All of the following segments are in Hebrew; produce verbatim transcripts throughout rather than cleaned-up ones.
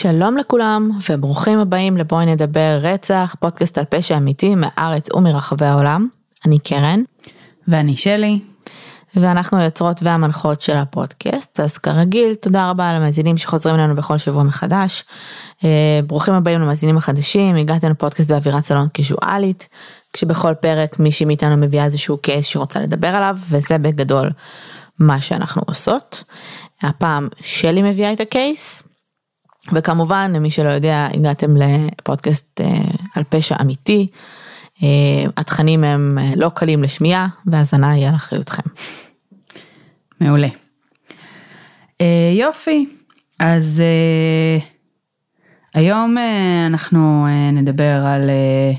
שלום לכולם וברוכים הבאים לבואי נדבר רצח, פודקאסט על פשע אמיתי מארץ ומרחבי העולם. אני קרן. ואני שלי. ואנחנו יוצרות והמנחות של הפודקאסט. אז כרגיל, תודה רבה על המאזינים שחוזרים אלינו בכל שבוע מחדש. ברוכים הבאים למאזינים החדשים. הגעתם לפודקאסט באווירת סלון קיזואלית, כשבכל פרק מישהי מאיתנו מביאה איזשהו קייס שרוצה לדבר עליו, וזה בגדול מה שאנחנו עושות. הפעם שלי מביאה את הקייס, וכמובן, למי שלא יודע, הגעתם לפודקאסט על פשע אמיתי, התכנים הם לא קלים לשמיעה, והזנה היא על אחריותכם. מעולה. יופי, אז היום אנחנו נדבר על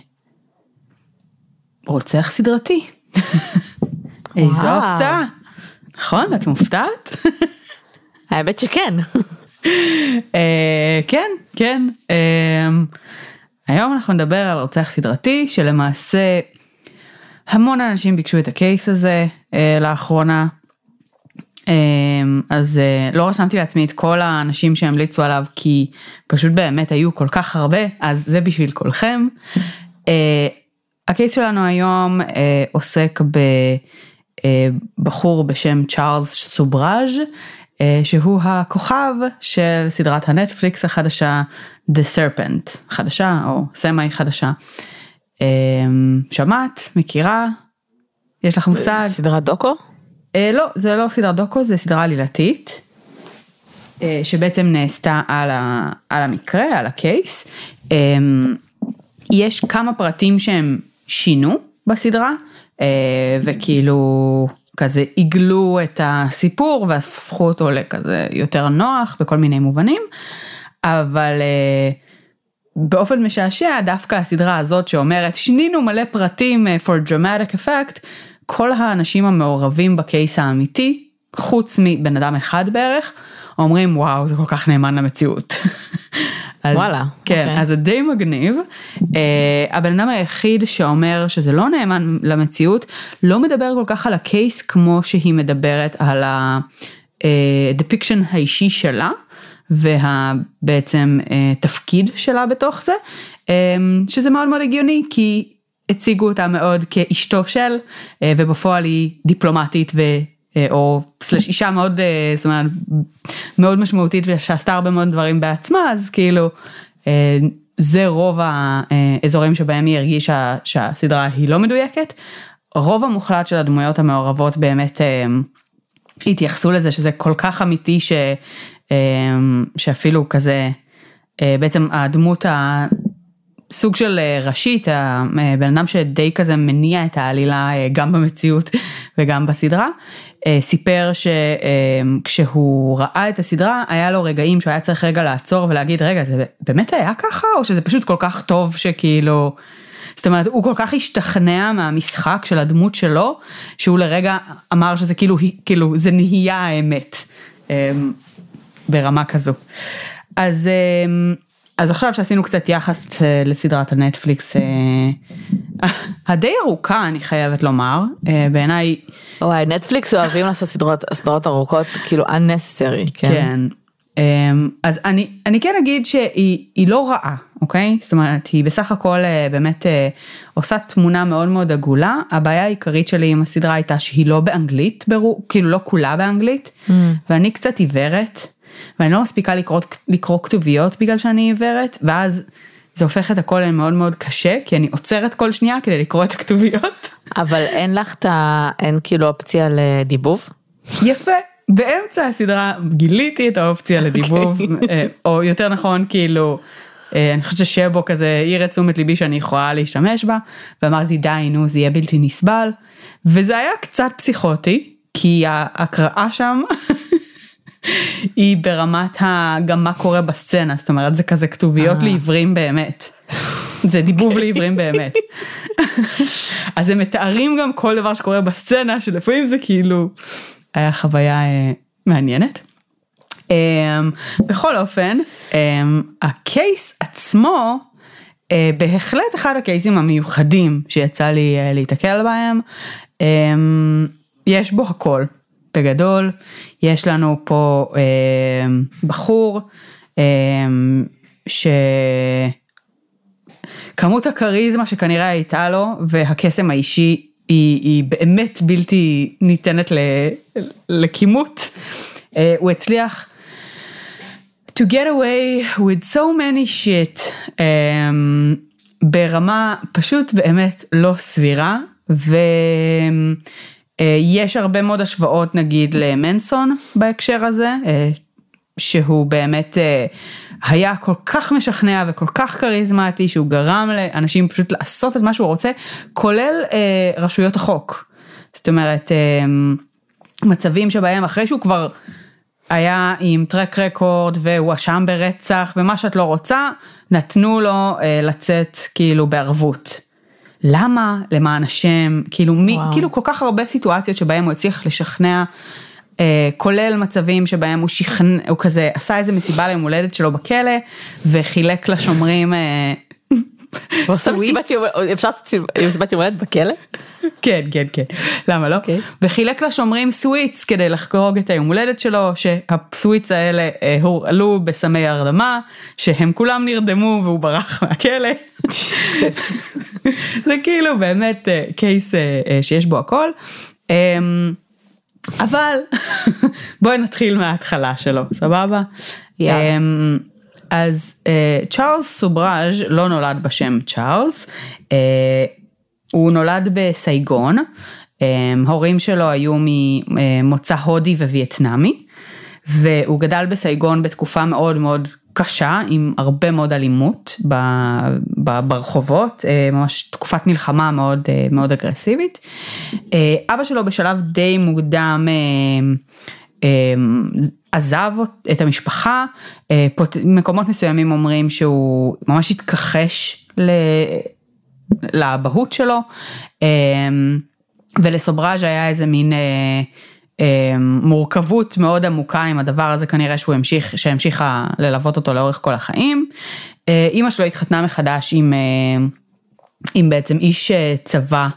רוצח סדרתי. איזו הפתעה. נכון, את מופתעת? האמת שכן. כן, כן. היום אנחנו נדבר על רוצח סדרתי, שלמעשה המון אנשים ביקשו את הקייס הזה לאחרונה, אז לא רשמתי לעצמי את כל האנשים שהמליצו עליו, כי פשוט באמת היו כל כך הרבה, אז זה בשביל כולכם. הקייס שלנו היום עוסק בבחור בשם צ'ארלס סובראז', שהוא הכוכב של סדרת הנטפליקס החדשה, The Serpent, חדשה או סמי חדשה. שמעת, מכירה? יש לך מושג? סדרת דוקו? לא, זה לא סדרת דוקו, זה סדרה עלילתית, שבעצם נעשתה על, ה, על המקרה, על הקייס. יש כמה פרטים שהם שינו בסדרה, וכאילו כזה עיגלו את הסיפור, והפכו אותו לכזה יותר נוח, בכל מיני מובנים, אבל באופן משעשע, דווקא הסדרה הזאת שאומרת, שנינו מלא פרטים for dramatic effect, כל האנשים המעורבים בקייס האמיתי, חוץ מבן אדם אחד בערך, אומרים, וואו, זה כל כך נאמן למציאות. אז, וואלה. כן, okay. אז זה די מגניב. Uh, הבן אדם היחיד שאומר שזה לא נאמן למציאות, לא מדבר כל כך על הקייס, כמו שהיא מדברת על הדפיקשן uh, האישי שלה, ובעצם uh, תפקיד שלה בתוך זה, um, שזה מאוד מאוד הגיוני, כי הציגו אותה מאוד כאשתו של, uh, ובפועל היא דיפלומטית ו... או סלש אישה מאוד, זאת אומרת, מאוד משמעותית, ושעשתה הרבה מאוד דברים בעצמה, אז כאילו, זה רוב האזורים שבהם היא הרגישה שהסדרה היא לא מדויקת. רוב המוחלט של הדמויות המעורבות באמת התייחסו לזה, שזה כל כך אמיתי, ש, שאפילו כזה, בעצם הדמות ה... סוג של ראשית, הבן אדם שדי כזה מניע את העלילה גם במציאות וגם בסדרה, סיפר שכשהוא ראה את הסדרה, היה לו רגעים שהוא היה צריך רגע לעצור ולהגיד, רגע, זה באמת היה ככה? או שזה פשוט כל כך טוב שכאילו, זאת אומרת, הוא כל כך השתכנע מהמשחק של הדמות שלו, שהוא לרגע אמר שזה כאילו, כאילו זה נהיה האמת, ברמה כזו. אז... אז עכשיו שעשינו קצת יחס לסדרת הנטפליקס, הדי ארוכה, אני חייבת לומר, בעיניי... וואי, נטפליקס אוהבים לעשות סדרות, סדרות ארוכות, כאילו unnecessary, כן? כן. אז אני, אני כן אגיד שהיא לא רעה, אוקיי? זאת אומרת, היא בסך הכל באמת עושה תמונה מאוד מאוד עגולה. הבעיה העיקרית שלי עם הסדרה הייתה שהיא לא באנגלית, כאילו לא כולה באנגלית, ואני קצת עיוורת, ואני לא מספיקה לקרוא, לקרוא כתוביות בגלל שאני עיוורת, ואז זה הופך את הכל מאוד מאוד קשה, כי אני עוצרת כל שנייה כדי לקרוא את הכתוביות. אבל אין לך את ה... אין כאילו אופציה לדיבוב? יפה, באמצע הסדרה גיליתי את האופציה לדיבוב, או יותר נכון כאילו, אני חושבת ששבו כזה העיר את תשומת ליבי שאני יכולה להשתמש בה, ואמרתי די נו זה יהיה בלתי נסבל, וזה היה קצת פסיכוטי, כי ההקראה שם... היא ברמת גם מה קורה בסצנה, זאת אומרת, זה כזה כתוביות לעברים באמת. זה דיבוב לעברים באמת. אז הם מתארים גם כל דבר שקורה בסצנה, שלפעמים זה כאילו, היה חוויה מעניינת. בכל אופן, הקייס עצמו, בהחלט אחד הקייסים המיוחדים שיצא לי להתקל בהם, יש בו הכל. בגדול, יש לנו פה אה, בחור אה, שכמות הקריזמה שכנראה הייתה לו, והקסם האישי, היא, היא באמת בלתי ניתנת לכימות. הוא הצליח to get away with so many shit, um, ברמה פשוט באמת לא סבירה, ויש הרבה מאוד השוואות נגיד למנסון בהקשר הזה, שהוא באמת היה כל כך משכנע וכל כך קריזמטי, שהוא גרם לאנשים פשוט לעשות את מה שהוא רוצה, כולל רשויות החוק. זאת אומרת, מצבים שבהם אחרי שהוא כבר היה עם טרק רקורד, והוא אשם ברצח, ומה שאת לא רוצה, נתנו לו לצאת כאילו בערבות. למה? למען השם, כאילו, מי, כאילו כל כך הרבה סיטואציות שבהם הוא הצליח לשכנע, אה, כולל מצבים שבהם הוא שכנע, הוא כזה עשה איזה מסיבה ליום הולדת שלו בכלא, וחילק לשומרים אה, סוויץ. אפשר לעשות מסיבת יום הולדת בכלא? כן, כן, כן. למה לא? וחילק לשומרים סוויץ כדי לחגוג את היום הולדת שלו, שהסוויץ האלה הורעלו בסמי הרדמה, שהם כולם נרדמו והוא ברח מהכלא. זה כאילו באמת קייס שיש בו הכל. אבל בואי נתחיל מההתחלה שלו, סבבה? יאללה. אז צ'ארלס סובראז' לא נולד בשם צ'ארלס, הוא נולד בסייגון, הורים שלו היו ממוצא הודי ווייטנאמי, והוא גדל בסייגון בתקופה מאוד מאוד קשה, עם הרבה מאוד אלימות ברחובות, ממש תקופת מלחמה מאוד, מאוד אגרסיבית. אבא שלו בשלב די מוקדם עזב את המשפחה, מקומות מסוימים אומרים שהוא ממש התכחש לאבהות שלו, ולסובראז' היה איזה מין מורכבות מאוד עמוקה עם הדבר הזה, כנראה שהוא המשיך, שהמשיכה ללוות אותו לאורך כל החיים. אמא שלו התחתנה מחדש עם, עם בעצם איש צבא,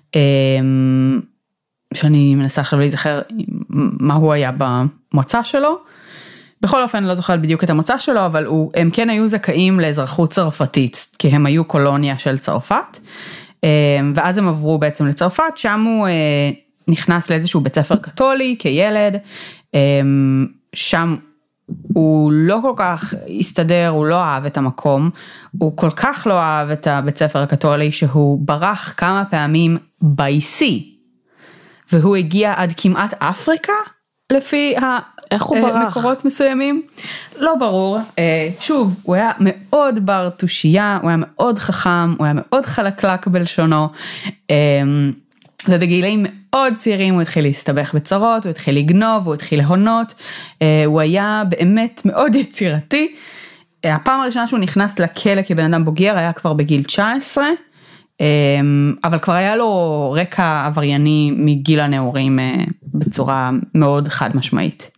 שאני מנסה עכשיו להיזכר מה הוא היה במוצא שלו, בכל אופן לא זוכרת בדיוק את המוצא שלו, אבל הוא, הם כן היו זכאים לאזרחות צרפתית, כי הם היו קולוניה של צרפת, ואז הם עברו בעצם לצרפת, שם הוא נכנס לאיזשהו בית ספר קתולי כילד, שם הוא לא כל כך הסתדר, הוא לא אהב את המקום, הוא כל כך לא אהב את הבית ספר הקתולי, שהוא ברח כמה פעמים בי-סי, והוא הגיע עד כמעט אפריקה, לפי המקורות מסוימים, לא ברור, שוב, הוא היה מאוד בר תושייה, הוא היה מאוד חכם, הוא היה מאוד חלקלק בלשונו, ובגילאים מאוד צעירים הוא התחיל להסתבך בצרות, הוא התחיל לגנוב, הוא התחיל להונות, הוא היה באמת מאוד יצירתי, הפעם הראשונה שהוא נכנס לכלא כבן אדם בוגר, היה כבר בגיל תשע עשרה, אבל כבר היה לו רקע עברייני מגיל הנעורים בצורה מאוד חד משמעית.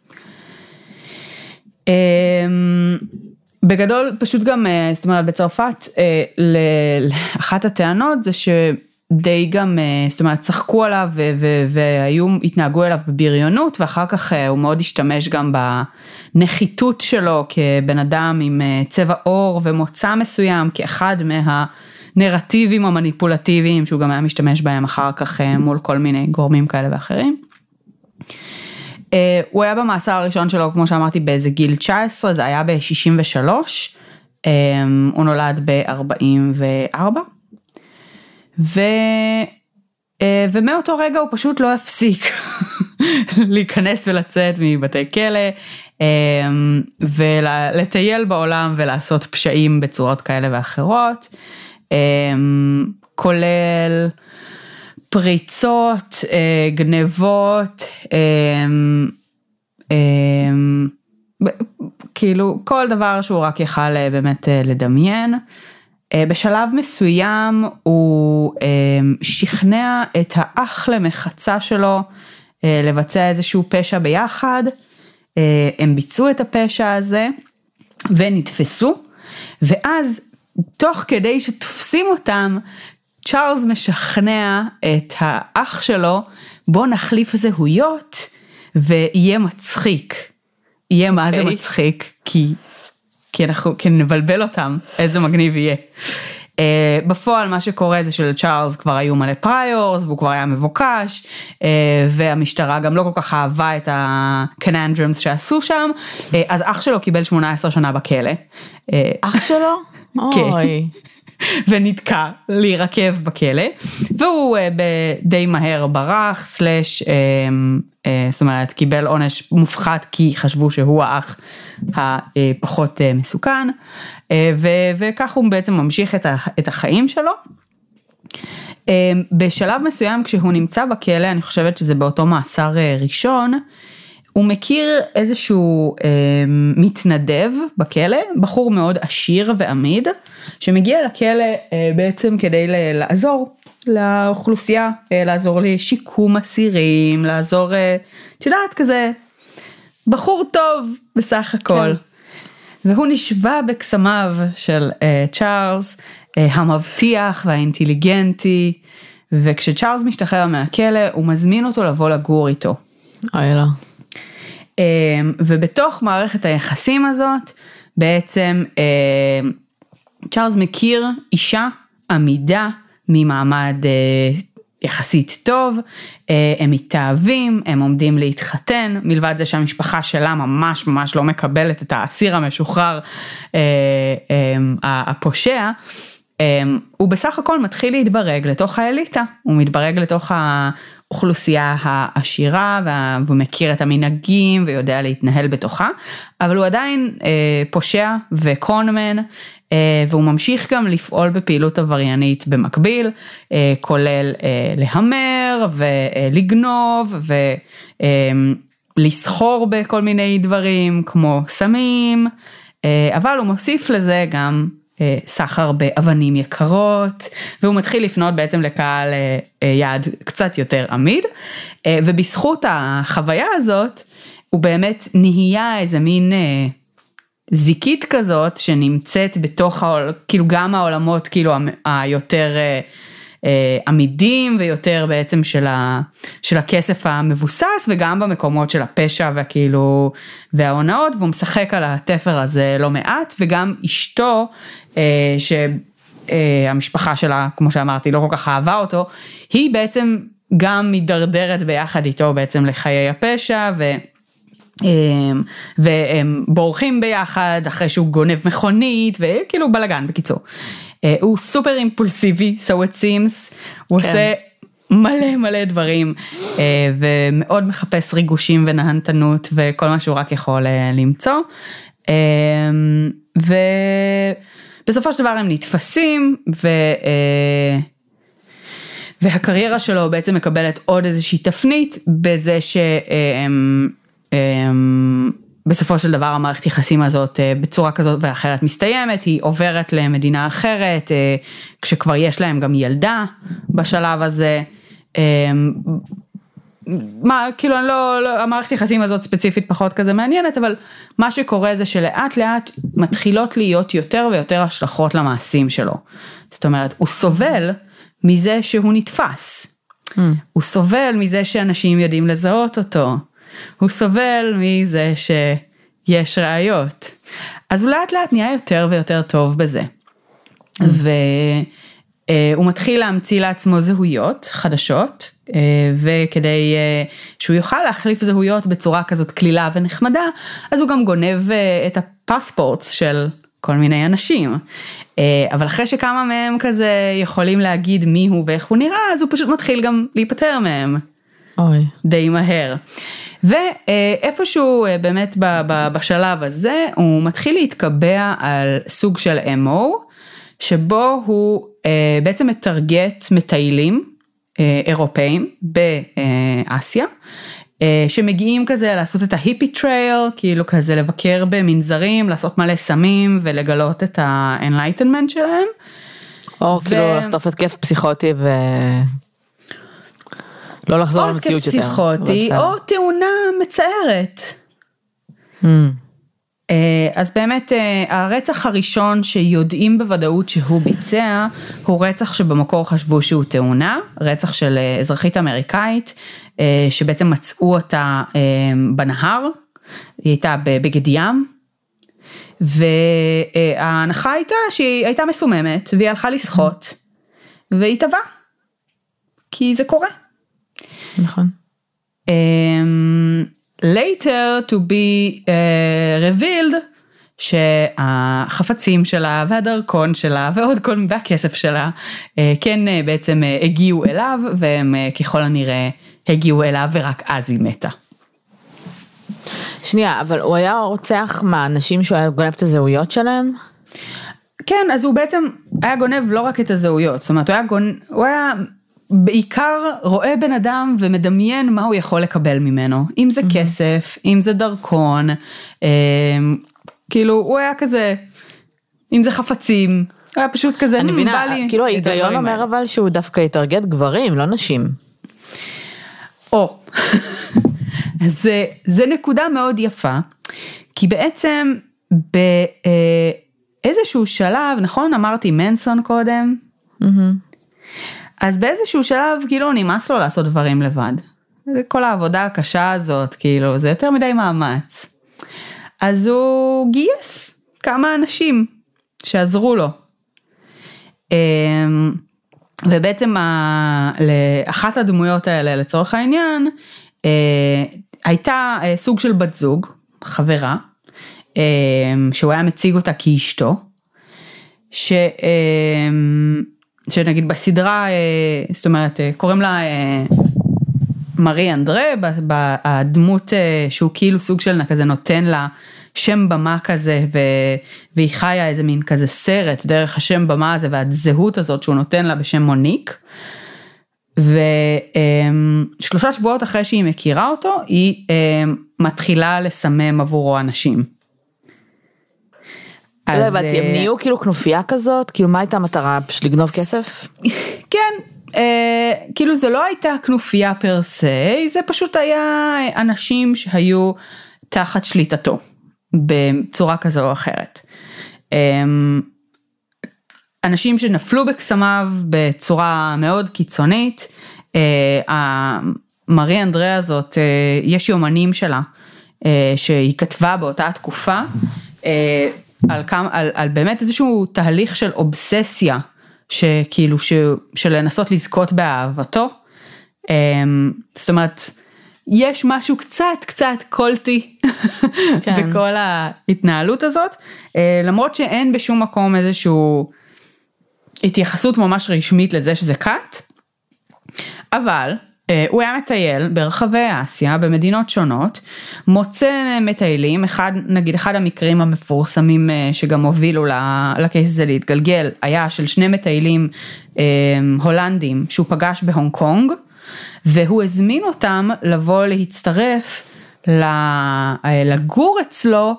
בגדול פשוט גם, זאת אומרת בצרפת, אחת הטענות זה שדי גם, זאת אומרת צחקו עליו והיו, התנהגו אליו בבריונות, ואחר כך הוא מאוד השתמש גם בנחיתות שלו כבן אדם עם צבע עור ומוצא מסוים, כאחד מה... נרטיבים או מניפולטיביים, שהוא גם היה משתמש בהם אחר כך מול כל מיני גורמים כאלה ואחרים. הוא היה במאסר הראשון שלו, כמו שאמרתי, באיזה גיל תשע עשרה, זה היה ב-שישים ושלוש, הוא נולד ב-ארבעים וארבע, ו... ומאותו רגע הוא פשוט לא הפסיק להיכנס ולצאת מבתי כלא, ולטייל בעולם ולעשות פשעים בצורות כאלה ואחרות, כולל פריצות, גנבות, כאילו כל דבר שהוא רק יכל באמת לדמיין. בשלב מסוים הוא שכנע את האח למחצה שלו לבצע איזשהו פשע ביחד, הם ביצעו את הפשע הזה ונתפסו, ואז תוך כדי שתופסים אותם, צ'ארלס משכנע את האח שלו, בוא נחליף זהויות, ויהיה מצחיק. יהיה מה זה מצחיק, כי כי אנחנו, כי נבלבל אותם, איזה מגניב יהיה. Uh, בפועל מה שקורה זה שלצ'ארלס כבר היו מלא פריורס, והוא כבר היה מבוקש, uh, והמשטרה גם לא כל כך אהבה את הקננדרמס שעשו שם, uh, אז אח שלו קיבל שמונה עשרה שנה בכלא. Uh, אח שלו? אוי. ונתקע להירקב בכלא, והוא uh, די מהר ברח, סלש, uh, uh, זאת אומרת, קיבל עונש מופחת, כי חשבו שהוא האח הפחות uh, מסוכן, uh, ו- וכך הוא בעצם ממשיך את, ה- את החיים שלו. Uh, בשלב מסוים, כשהוא נמצא בכלא, אני חושבת שזה באותו מאסר uh, ראשון, הוא מכיר איזשהו אה, מתנדב בכלא, בחור מאוד עשיר ועמיד, שמגיע לכלא אה, בעצם כדי לעזור לאוכלוסייה, אה, לעזור לשיקום אסירים, לעזור, אה, את יודעת כזה, בחור טוב בסך הכל. כן. והוא נשבע בקסמיו של אה, צ'ארלס, אה, המבטיח והאינטליגנטי, וכשצ'ארלס משתחרר מהכלא, הוא מזמין אותו לבוא לגור איתו. אוי לא. ובתוך מערכת היחסים הזאת, בעצם צ'ארלס מכיר אישה עמידה ממעמד יחסית טוב, הם מתאהבים, הם עומדים להתחתן, מלבד זה שהמשפחה שלה ממש ממש לא מקבלת את האסיר המשוחרר הפושע, הוא בסך הכל מתחיל להתברג לתוך האליטה, הוא מתברג לתוך האוכלוסייה העשירה, והוא מכיר את המנהגים ויודע להתנהל בתוכה, אבל הוא עדיין פושע וקונמן, והוא ממשיך גם לפעול בפעילות עבריינית במקביל, כולל להמר ולגנוב ולסחור בכל מיני דברים כמו סמים, אבל הוא מוסיף לזה גם סחר באבנים יקרות, והוא מתחיל לפנות בעצם לקהל יעד קצת יותר עמיד, ובזכות החוויה הזאת, הוא באמת נהיה איזה מין זיקית כזאת, שנמצאת בתוך, כאילו גם העולמות כאילו היותר עמידים, ויותר בעצם של, ה, של הכסף המבוסס, וגם במקומות של הפשע והכאילו, וההונאות, והוא משחק על התפר הזה לא מעט, וגם אשתו, שהמשפחה שלה, כמו שאמרתי, לא כל כך אהבה אותו, היא בעצם גם מדרדרת ביחד איתו בעצם לחיי הפשע, ו... והם בורחים ביחד אחרי שהוא גונב מכונית, וכאילו בלגן בקיצור. הוא סופר אימפולסיבי, so it seems, הוא עושה מלא מלא דברים, ומאוד מחפש ריגושים ונהנתנות, וכל מה שהוא רק יכול למצוא, ובסופו של דבר הם נתפסים, ו... והקריירה שלו בעצם מקבלת עוד איזושהי תפנית, בזה שהם... בסופו של דבר המערכת יחסים הזאת בצורה כזאת ואחרת מסתיימת, היא עוברת למדינה אחרת, כשכבר יש להם גם ילדה בשלב הזה, מה, כאילו לא, לא, המערכת יחסים הזאת ספציפית פחות כזה מעניינת, אבל מה שקורה זה שלאט לאט מתחילות להיות יותר ויותר השלכות למעשים שלו, זאת אומרת, הוא סובל מזה שהוא נתפס, mm. הוא סובל מזה שאנשים יודעים לזהות אותו, הוא סובל מזה שיש ראיות, אז הוא לאט לאט נהיה יותר ויותר טוב בזה, mm. והוא מתחיל להמציא לעצמו זהויות חדשות, וכדי שהוא יוכל להחליף זהויות בצורה כזאת כלילה ונחמדה, אז הוא גם גונב את הפספורטס של כל מיני אנשים, אבל אחרי שכמה מהם כזה יכולים להגיד מי הוא ואיך הוא נראה, אז הוא פשוט מתחיל גם להיפטר מהם, אוי. די מהר. ואיפשהו באמת בשלב הזה, הוא מתחיל להתקבע על סוג של אם או, שבו הוא בעצם מטרגט מטיילים אירופאים באסיה, שמגיעים כזה לעשות את ההיפי טרייל, כאילו כזה לבקר במנזרים, לעשות מלא סמים ולגלות את האנלייטנמנט שלהם. או כאילו לחטוף התקף פסיכוטי ו... לא לחזור למציאות יותר. או פסיכוטי, או תאונה מצערת. Mm. אז באמת, הרצח הראשון שיודעים בוודאות שהוא ביצע, הוא רצח שבמקור חשבו שהוא תאונה, רצח של אזרחית אמריקאית, שבעצם מצאו אותה בנהר, היא הייתה בבגד ים, וההנחה הייתה שהיא הייתה מסוממת, והיא הלכה לשחות, והיא טבעה, כי זה קורה. נכון. later to be uh, revealed, שהחפצים שלה והדרכון שלה ועוד כל והכסף שלה כן בעצם הגיעו אליו, והם ככל הנראה הגיעו אליו ורק אז היא מתה. שנייה, אבל הוא היה רוצח מהאנשים שהוא היה גונב את הזהויות שלהם? כן, אז הוא בעצם היה גונב לא רק את הזהויות, זאת אומרת הוא היה, גונ... הוא היה בעיקר רואה בן אדם ומדמיין מה הוא יכול לקבל ממנו, אם זה כסף, אם זה דרכון, כאילו הוא היה כזה, אם זה חפצים, הוא היה פשוט כזה, אני מבינה, כאילו ההיגיון אומר אבל שהוא דווקא יתרגט גברים, לא נשים. או, אז זה, זה נקודה מאוד יפה, כי בעצם באיזשהו שלב, נכון אמרתי מנסון קודם, אז באיזשהו שלב כאילו נמאס לו לעשות דברים לבד, כל העבודה הקשה הזאת, כאילו זה יותר מדי מאמץ, אז הוא גייס כמה אנשים שעזרו לו, ובעצם לאחת הדמויות האלה לצורך העניין, הייתה סוג של בת זוג, חברה, שהוא היה מציג אותה כאשתו, ש, שנגיד בסדרה, זאת אומרת, קוראים לה מארי אנדרה, הדמות שהוא כאילו סוג של כזה נותן לה שם במה כזה, והיא חיה איזה מין כזה סרט דרך השם במה הזה, והזהות הזאת שהוא נותן לה בשם מוניק, ושלושה שבועות אחרי שהיא מכירה אותו, היא מתחילה לסמם עבורו אנשים. לא הבנתי, הם נהיו כאילו כנופיה כזאת, כאילו מה הייתה המטרה, פשוט לגנוב כסף? כן, כאילו זה לא הייתה כנופיה פר סי, זה פשוט היה אנשים שהיו תחת שליטתו, בצורה כזו או אחרת. אנשים שנפלו בקסמיו בצורה מאוד קיצונית, מארי אנדרה הזאת, יש יומנים שלה, שהיא כתבה באותה תקופה, על, על, על באמת איזשהו תהליך של אובססיה, שכאילו, ש, של לנסות לזכות באהבתו, זאת אומרת, יש משהו קצת, קצת קולטי, כן. בכל ההתנהלות הזאת, למרות שאין בשום מקום איזשהו התייחסות ממש רשמית לזה שזה קאט, אבל הוא היה מטייל ברחבי אסיה, במדינות שונות, מוצא מטיילים, אחד, נגיד אחד המקרים המפורסמים שגם הובילו לקייס הזה להתגלגל, היה של שני מטיילים הולנדים שהוא פגש בהונג קונג, והוא הזמין אותם לבוא להצטרף לגור אצלו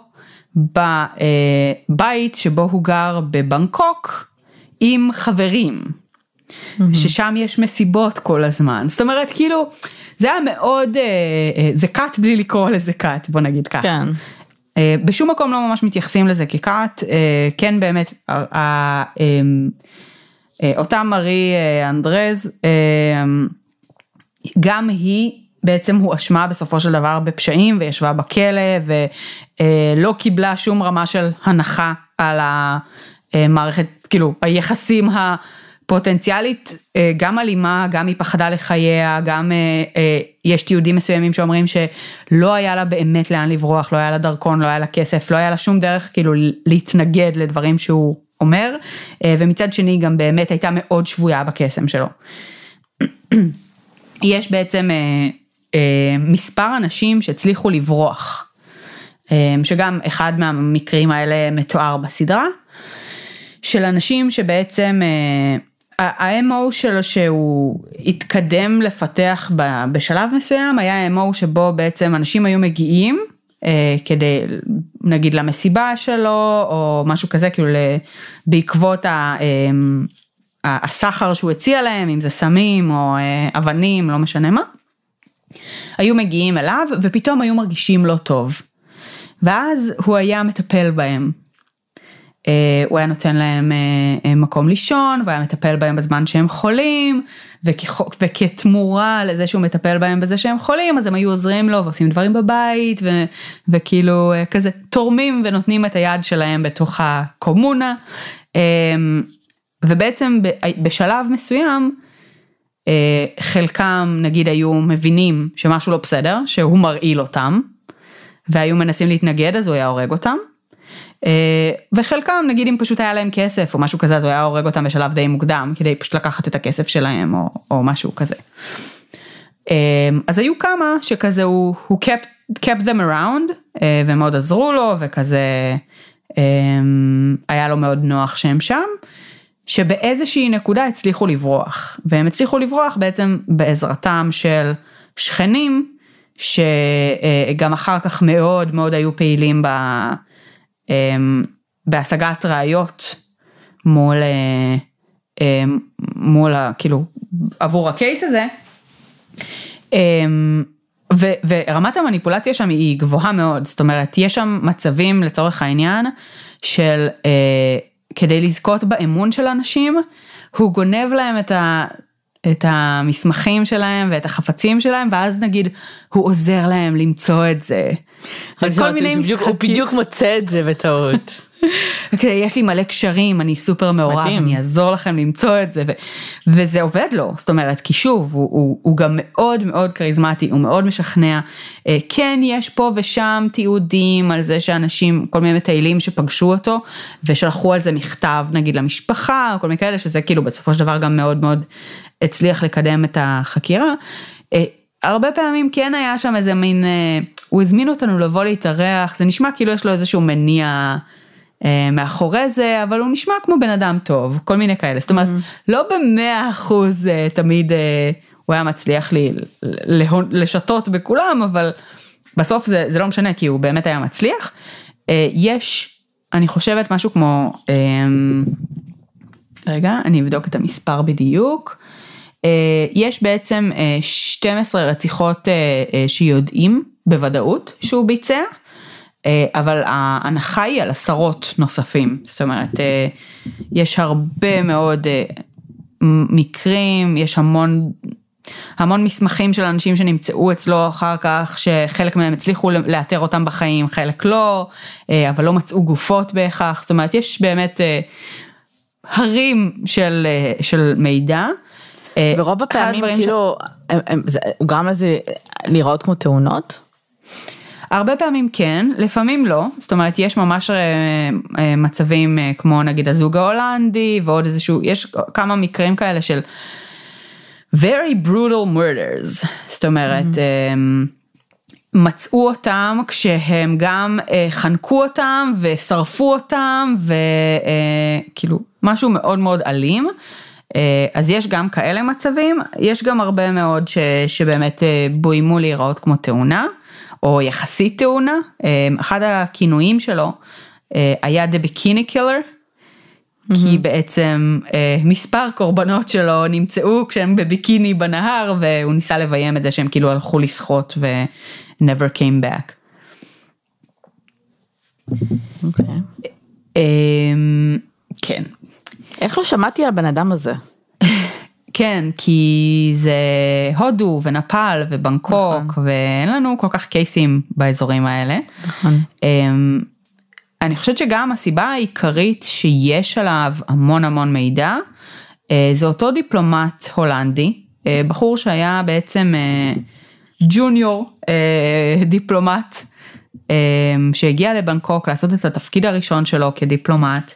בבית שבו הוא גר בבנקוק עם חברים, ששם יש מסיבות כל הזמן, זאת אומרת כאילו זה היה מאוד, זה קאט בלי לקרוא לזה קאט, בוא נגיד ככה. כן. בשום מקום לא ממש מתייחסים לזה כקאט, כן באמת, אותה מארי אנדרז, גם היא בעצם הואשמה בסופו של דבר בפשעים, וישבה בכלא, ולא קיבלה שום רמה של הנחה על המערכת, כאילו היחסים הפוטנציאלית, גם אלימה, גם היא פחדה לחייה, גם יש תיעודים מסוימים שאומרים שלא היה לה באמת לאן לברוח, לא היה לה דרכון, לא היה לה כסף, לא היה לה שום דרך כאילו להתנגד לדברים שהוא אומר, ומצד שני גם באמת הייתה מאוד שבויה בקסם שלו. יש בעצם מספר אנשים שהצליחו לברוח, שגם אחד מהמקרים האלה מתואר בסדרה, של אנשים שבעצם ה-אם או שלו שהוא התקדם לפתח בשלב מסוים, היה ה-אם או שבו בעצם אנשים היו מגיעים, כדי נגיד למסיבה שלו, או משהו כזה, כאילו בעקבות ה... הסחר שהוא הציע להם, אם זה סמים או אבנים, לא משנה מה, היו מגיעים אליו, ופתאום היו מרגישים לא טוב, ואז הוא היה מטפל בהם, הוא היה נותן להם מקום לישון, והוא היה מטפל בהם בזמן שהם חולים, וכתמורה לזה שהוא מטפל בהם בזה שהם חולים, אז הם היו עוזרים לו ועושים דברים בבית, וכאילו כזה תורמים ונותנים את היד שלהם בתוך הקומונה, ובעצם בשלב מסוים, חלקם נגיד היו מבינים שמשהו לא בסדר, שהוא מרעיל אותם, והיו מנסים להתנגד, אז הוא היה הורג אותם, וחלקם נגיד אם פשוט היה להם כסף או משהו כזה, אז הוא היה הורג אותם בשלב די מוקדם, כדי פשוט לקחת את הכסף שלהם או, או משהו כזה. אז היו כמה שכזה הוא, הוא kept, kept them around, ומאוד עזרו לו, וכזה היה לו מאוד נוח שהם שם, שבאיזושהי נקודה הצליחו לברוח, והם הצליחו לברוח בעצם בעזרתם של שכנים, שגם אחר כך מאוד מאוד היו פעילים ב... בהשגת ראיות מול, מול, כאילו, עבור הקייס הזה, ו, ורמת המניפולציה שם היא גבוהה מאוד, זאת אומרת, יש שם מצבים לצורך העניין, של, כדי לזכות באמון של אנשים, הוא גונב להם את ה... את המסמכים שלהם ואת החפצים שלהם, ואז נגיד הוא עוזר להם למצוא את זה. כל מיני משחקים. הוא בדיוק מוצא את זה בטעות. יש לי מלא קשרים, אני סופר מעורב, אני אעזור לכם למצוא את זה, וזה עובד לו, זאת אומרת, כי שוב, הוא גם מאוד מאוד קריזמטי, הוא מאוד משכנע, כן יש פה ושם תיעודים על זה שאנשים, כל מיני מטיילים שפגשו אותו, ושלחו על זה מכתב, נגיד למשפחה, או כל מיני כאלה, שזה כאילו בסופו של דבר גם מאוד מאוד הצליח לקדם את החקירה, הרבה פעמים כן היה שם איזה מין, הוא הזמין אותנו לבוא להתארח, זה נשמע כאילו יש לו איזשהו מניע מאחורי זה, אבל הוא נשמע כמו בן אדם טוב, כל מיני כאלה, זאת אומרת, לא במאה אחוז תמיד הוא היה מצליח לי לשתות בכולם, אבל בסוף זה, זה לא משנה, כי הוא באמת היה מצליח. יש, אני חושבת משהו כמו, רגע, אני אבדוק את המספר בדיוק, יש בעצם שתים עשרה רציחות שיודעים בוודאות שהוא ביצע, אבל ההנחה היא על עשרות נוספים, זאת אומרת, יש הרבה מאוד מקרים, יש המון, המון מסמכים של אנשים שנמצאו אצלו אחר כך, שחלק מהם הצליחו לאתר אותם בחיים, חלק לא, אבל לא מצאו גופות בהכרח, זאת אומרת, יש באמת הרים של, של מידע, ורוב הפעמים כאילו, ש... הוא גרם לזה לראות כמו תאונות? הרבה פעמים כן, לפעמים לא, זאת אומרת יש ממש מצבים כמו נגיד הזוג ההולנדי ועוד איזשהו, יש כמה מקרים כאלה של very brutal murders, זאת אומרת mm-hmm. מצאו אותם כשהם גם חנקו אותם ושרפו אותם וכאילו משהו מאוד מאוד אלים, אז יש גם כאלה מצבים, יש גם הרבה מאוד ש, שבאמת בוימו להיראות כמו תאונה, או יחסית תאונה, אחד הכינויים שלו היה The Bikini Killer, כי בעצם מספר קורבנות שלו נמצאו כשהם בביקיני בנהר, והוא ניסה לביים את זה שהם כאילו הלכו לשחות ו- never came back. אוקיי. כן. איך לא שמעתי על בן אדם הזה? כן, כי זה הודו ונפל ובנקוק, ואין לנו כל כך קייסים באזורים האלה. נכון. אני חושבת שגם הסיבה העיקרית שיש עליו המון המון מידע, זה אותו דיפלומט הולנדי, בחור שהיה בעצם ג'וניור דיפלומט, שהגיע לבנקוק לעשות את התפקיד הראשון שלו כדיפלומט,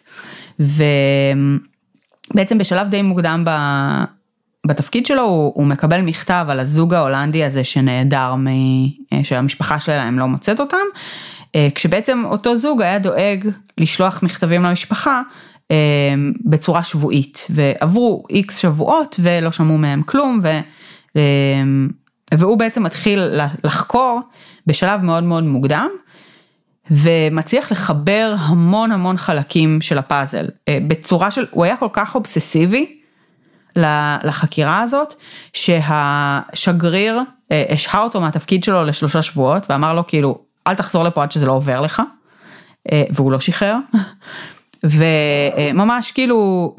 ובעצם בשלב די מוקדם בתפקיד שלו, הוא, הוא מקבל מכתב על הזוג ההולנדי הזה שנעדר, שהמשפחה שלהם לא מוצאת אותם, כשבעצם אותו זוג היה דואג לשלוח מכתבים למשפחה בצורה שבועית, ועברו איקס שבועות ולא שמעו מהם כלום, ו, והוא בעצם מתחיל לחקור בשלב מאוד מאוד מוקדם, ומצליח לחבר המון המון חלקים של הפאזל, בצורה של, הוא היה כל כך אובססיבי לחקירה הזאת, שהשגריר השהה אותו מהתפקיד שלו לשלושה שבועות, ואמר לו כאילו, אל תחזור לפה עד שזה לא עובר לך, והוא לא שחרר, וממש כאילו,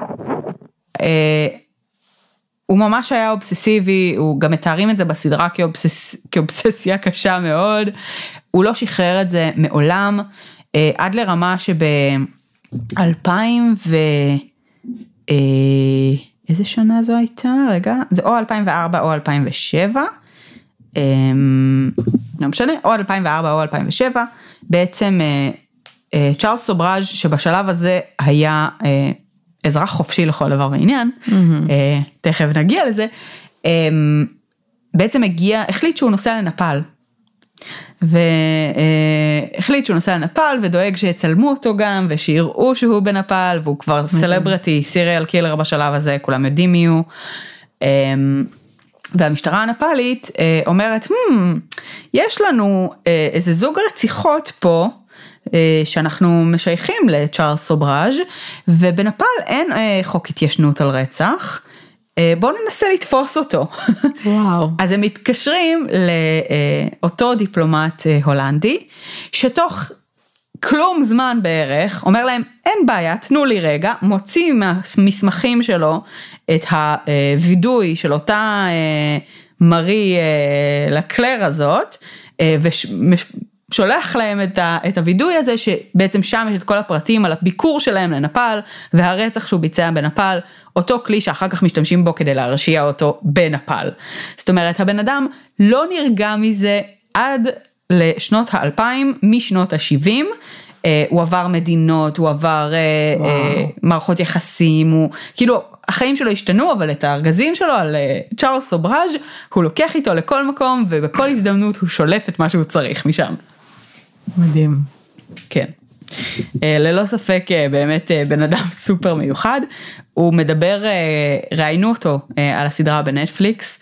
הוא ממש היה אובססיבי, הוא גם מתארים את זה בסדרה כאובסס, כאובססיה קשה מאוד, הוא לא שחרר את זה מעולם, עד לרמה שב-אלפיים ו... איזה שנה זו הייתה? רגע, זה או אלפיים וארבע או אלפיים ושבע, לא משנה, או אלפיים וארבע או אלפיים ושבע, בעצם צ'ארלס סובראז' שבשלב הזה היה אזרח חופשי לכל דבר ועניין, תכף נגיע לזה, בעצם הגיע, החליט שהוא נוסע לנפאל, והחליט שהוא נוסע לנפאל ודואג שיצלמו אותו גם ושיראו שהוא בנפאל, והוא כבר סלבריטי, סיריאל קילר בשלב הזה, כולם יודעים מי הוא, והמשטרה הנפאלית אומרת, יש לנו איזה זוג רציחות פה, שאנחנו משייכים לצ'ארלס סובראז' ובנפאל אין חוק התיישנות על רצח, בואו ננסה לתפוס אותו. וואו. אז הם מתקשרים לאותו דיפלומט הולנדי, שתוך כלום זמן בערך, אומר להם, אין בעיה, תנו לי רגע, מוציא מהמסמכים שלו את הוידוי של אותה מרי לקלר הזאת, ושולח להם את, ה, את הוידוי הזה, שבעצם שם יש את כל הפרטים על הביקור שלהם לנפאל, והרצח שהוא ביצע בנפאל, אותו כלי שאחר כך משתמשים בו כדי להרשיע אותו בנפאל. זאת אומרת, הבן אדם לא נרגע מזה עד לשנות האלפיים, משנות השבעים, הוא עבר מדינות, הוא עבר וואו. מערכות יחסים, הוא, כאילו, החיים שלו השתנו, אבל את הארגזים שלו על צ'ארלס סובראז' הוא לוקח איתו לכל מקום, ובכל הזדמנות הוא שולף את מה שהוא צריך משם. מדהים. כן. ללא ספק באמת בן אדם סופר מיוחד, הוא מדבר, ראיינו אותו על הסדרה בנטפליקס,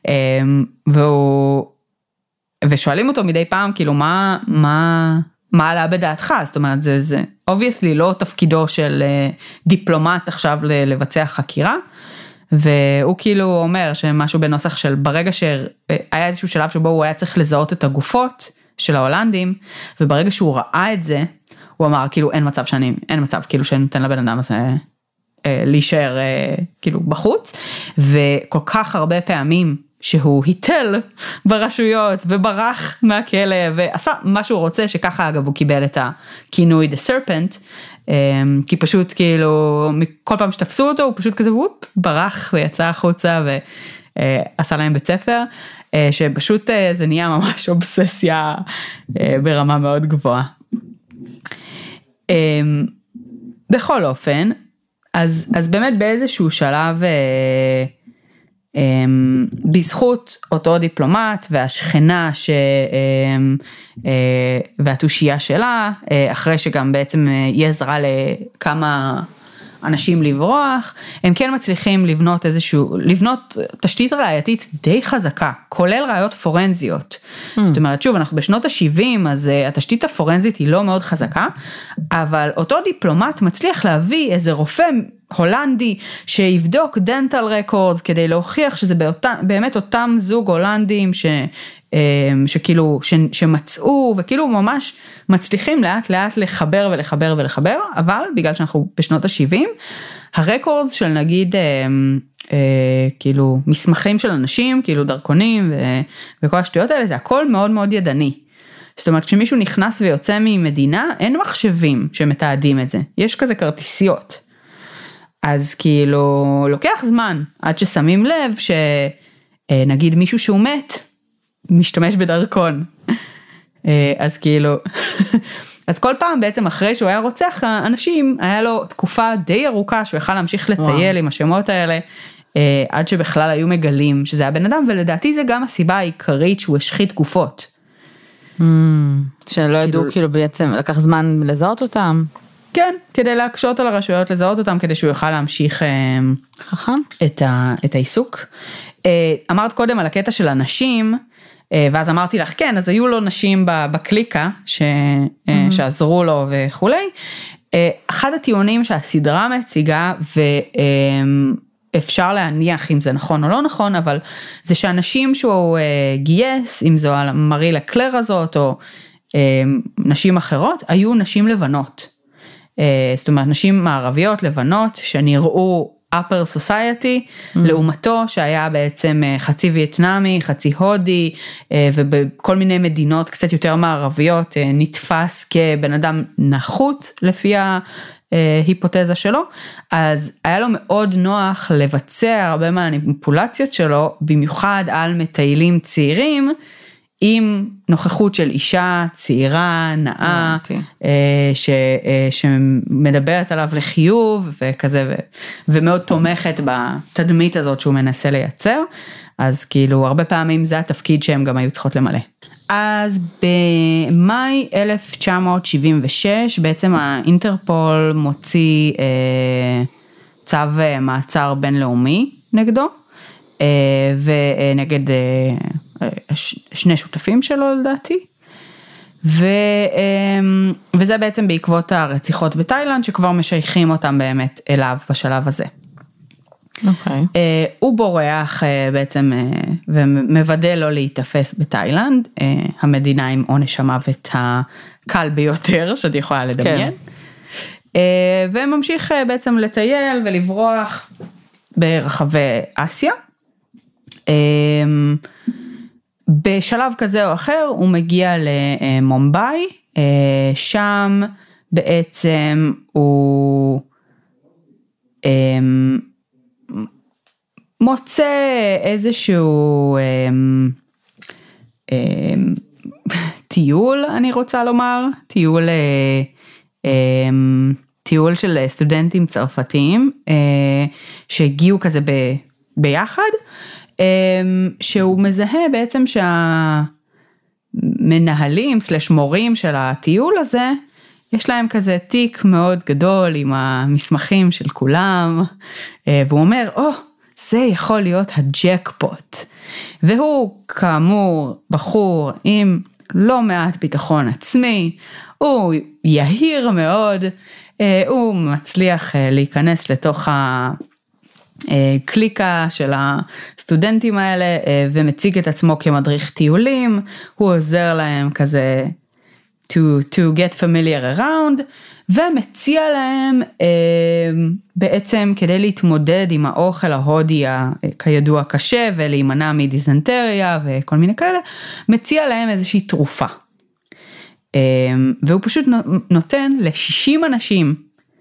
והוא, ושואלים אותו מדי פעם, כאילו מה, מה, מה עלה בדעתך? זאת אומרת, זה, זה, obviously לא תפקידו של דיפלומט עכשיו לבצע חקירה, והוא כאילו אומר שמשהו בנוסח של ברגע שהיה איזשהו שלב שבו הוא היה צריך לזהות את הגופות של ההולנדים, וברגע שהוא ראה את זה, הוא אמר כאילו אין מצב שאני, אין מצב כאילו שנותן לבן אדם הזה אה, להישאר אה, כאילו בחוץ, וכל כך הרבה פעמים שהוא היטל ברשויות וברח מהכלא ועשה מה שהוא רוצה, שככה אגב הוא קיבל את הכינוי The Serpent, אה, כי פשוט כאילו כל פעם שתפסו אותו הוא פשוט כזה וופ, ברח ויצא החוצה ועשה להם בית ספר, אה, שפשוט אה, זה נהיה ממש אובססיה אה, ברמה מאוד גבוהה. בכל אופן, אז, אז באמת באיזשהו שלב, בזכות אותו דיפלומט והשכנה ש, והתושייה שלה, אחרי שגם בעצם היא עזרה לכמה אנשים לברוח, הם כן מצליחים לבנות איזשהו, לבנות תשתית ראייתית די חזקה, כולל ראיות פורנזיות. Mm. זאת אומרת, שוב, אנחנו בשנות ה-שבעים, אז uh, התשתית הפורנזית היא לא מאוד חזקה, אבל אותו דיפלומט מצליח להביא איזה רופא הולנדי, שיבדוק דנטל רקורדס, כדי להוכיח שזה באותה, באמת אותם זוג הולנדים, ש... שכאילו, ש, שמצאו, וכאילו ממש מצליחים לאט לאט לחבר ולחבר ולחבר, אבל בגלל שאנחנו בשנות ה-שבעים, הרקורדס של נגיד, אה, אה, כאילו, מסמכים של אנשים, כאילו דרכונים ו, וכל השטויות האלה, זה הכל מאוד מאוד ידני. זאת אומרת, כשמישהו נכנס ויוצא ממדינה, אין מחשבים שמתעדים את זה. יש כזה כרטיסיות. אז כאילו, לוקח זמן, עד ששמים לב שנגיד מישהו שהוא מת, משתמש בדרכון. אז כאילו, אז כל פעם בעצם אחרי שהוא היה רוצח אנשים, היה לו תקופה די ארוכה שהוא יכל להמשיך לטייל עם השמות האלה, עד שבכלל היו מגלים שזה הבן אדם, ולדעתי זה גם הסיבה העיקרית שהוא השחית גופות. שלא ידעו כאילו בעצם, לקח זמן לזהות אותם. כן, כדי להקשות על הרשויות, לזהות אותם, כדי שהוא יוכל להמשיך את, ה, את העיסוק. אמרת קודם על הקטע של הנשים, ואז אמרתי לך, כן, אז היו לו נשים בקליקה, ש, mm-hmm. שעזרו לו וכולי. אחד הטיעונים שהסדרה מציגה, ואפשר להניח אם זה נכון או לא נכון, אבל זה שאנשים שהוא גייס, אם זו על מרי לקלר הזאת, או נשים אחרות, היו נשים לבנות. זאת אומרת, נשים מערביות, לבנות, שנראו upper society, mm. לעומתו שהיה בעצם חצי וייטנאמי, חצי הודי, ובכל מיני מדינות קצת יותר מערביות, נתפס כבן אדם נחות לפי ההיפותזה שלו, אז היה לו מאוד נוח לבצע הרבה מהמניפולציות שלו, במיוחד על מטיילים צעירים, עם נוכחות של אישה צעירה, נאה, ש, שמדברת עליו לחיוב, וכזה, ומאוד תומכת בתדמית הזאת שהוא מנסה לייצר, אז כאילו הרבה פעמים זה התפקיד שהם גם היו צריכות למלא. אז במאי אלף תשע מאות שבעים ושש, בעצם האינטרפול מוציא אה, צו מעצר בינלאומי נגדו, אה, ונגד אה, שני שותפים שלו לדעתי, ו, אה, וזה בעצם בעקבות הרציחות בתאילנד, שכבר משייכים אותם באמת אליו בשלב הזה. Okay. Uh, הוא בורח uh, בעצם uh, ומוודא לא להתאפס בתאילנד, uh, המדינה עם עונש המוות הקל ביותר שאת יכולה לדמיין, okay. uh, וממשיך uh, בעצם לטייל ולברוח ברחבי אסיה. uh, בשלב כזה או אחר הוא מגיע למומביי, uh, שם בעצם הוא uh, מוצא איזשהו אמ, אמ, טיול, אני רוצה לומר, טיול, אמ, טיול של סטודנטים צרפתיים, אה, שהגיעו כזה ב, ביחד, אמ, שהוא מזהה בעצם שהמנהלים סלש מורים של הטיול הזה, יש להם כזה תיק מאוד גדול עם המסמכים של כולם, והוא אומר, או, oh, זה יכול להיות הג'קפוט. והוא כאמור בחור עם לא מעט ביטחון עצמי, הוא יהיר מאוד, הוא מצליח להיכנס לתוך הקליקה של הסטודנטים האלה, ומציג את עצמו כמדריך טיולים, הוא עוזר להם כזה, to, to get familiar around, ומציע להם אה, בעצם כדי להתמודד עם האוכל ההודי כידוע קשה, ולהימנע מדיזנטריה וכל מיני כאלה, מציע להם איזושהי תרופה. אה, והוא פשוט נותן ל-שישים אנשים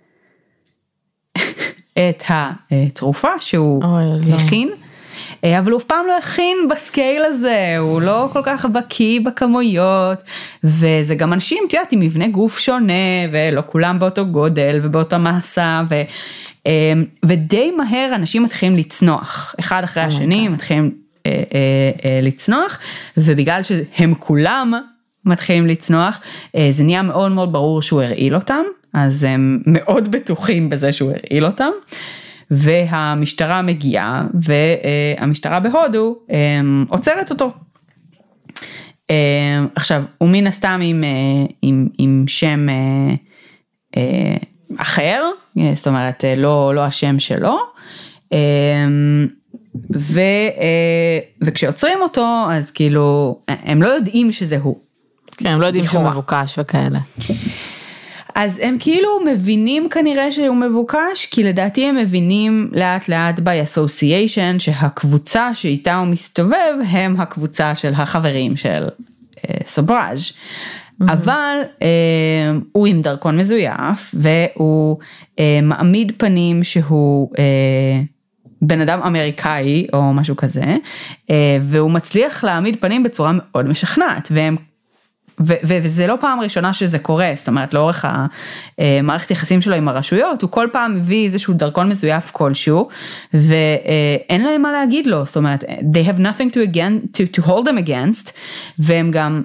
את התרופה שהוא oh, הכין, לא. אבל הוא אף פעם לא הכין בסקייל הזה, הוא לא כל כך בקיא בכמויות, וזה גם אנשים, תיאת, עם מבנה גוף שונה, ולא כולם באותו גודל, ובאותה מסה, ו, ודי מהר אנשים מתחילים לצנוח, אחד אחרי השני מתחילים לצנוח, ובגלל שהם כולם מתחילים לצנוח, זה נהיה מאוד מאוד ברור שהוא הרעיל אותם, אז הם מאוד בטוחים בזה שהוא הרעיל אותם, והמשטרה מגיעה, והמשטרה בהודו עוצרת אותו. עכשיו, הוא מן הסתם עם, עם, עם שם אחר, זאת אומרת, לא, לא השם שלו, ו, וכשעוצרים אותו, אז כאילו, הם לא יודעים שזה הוא. כן, הם לא יודעים שהוא מבוקש וכאלה. אז הם כאילו מבינים כנראה שהוא מבוקש, כי לדעתי הם מבינים לאט לאט ב-association שהקבוצה שאיתה הוא מסתובב, הם הקבוצה של החברים של אה, סובראז'. Mm-hmm. אבל אה, הוא עם דרכון מזויף, והוא אה, מעמיד פנים שהוא אה, בן אדם אמריקאי או משהו כזה, אה, והוא מצליח להעמיד פנים בצורה מאוד משכנעת, והם ו- ו- וזה לא פעם ראשונה שזה קורה, זאת אומרת, לאורך המערכת יחסים שלו עם הרשויות, הוא כל פעם מביא איזשהו דרכון מזויף כלשהו, ואין להם מה להגיד לו, זאת אומרת, they have nothing to, again, to, to hold them against, והם גם,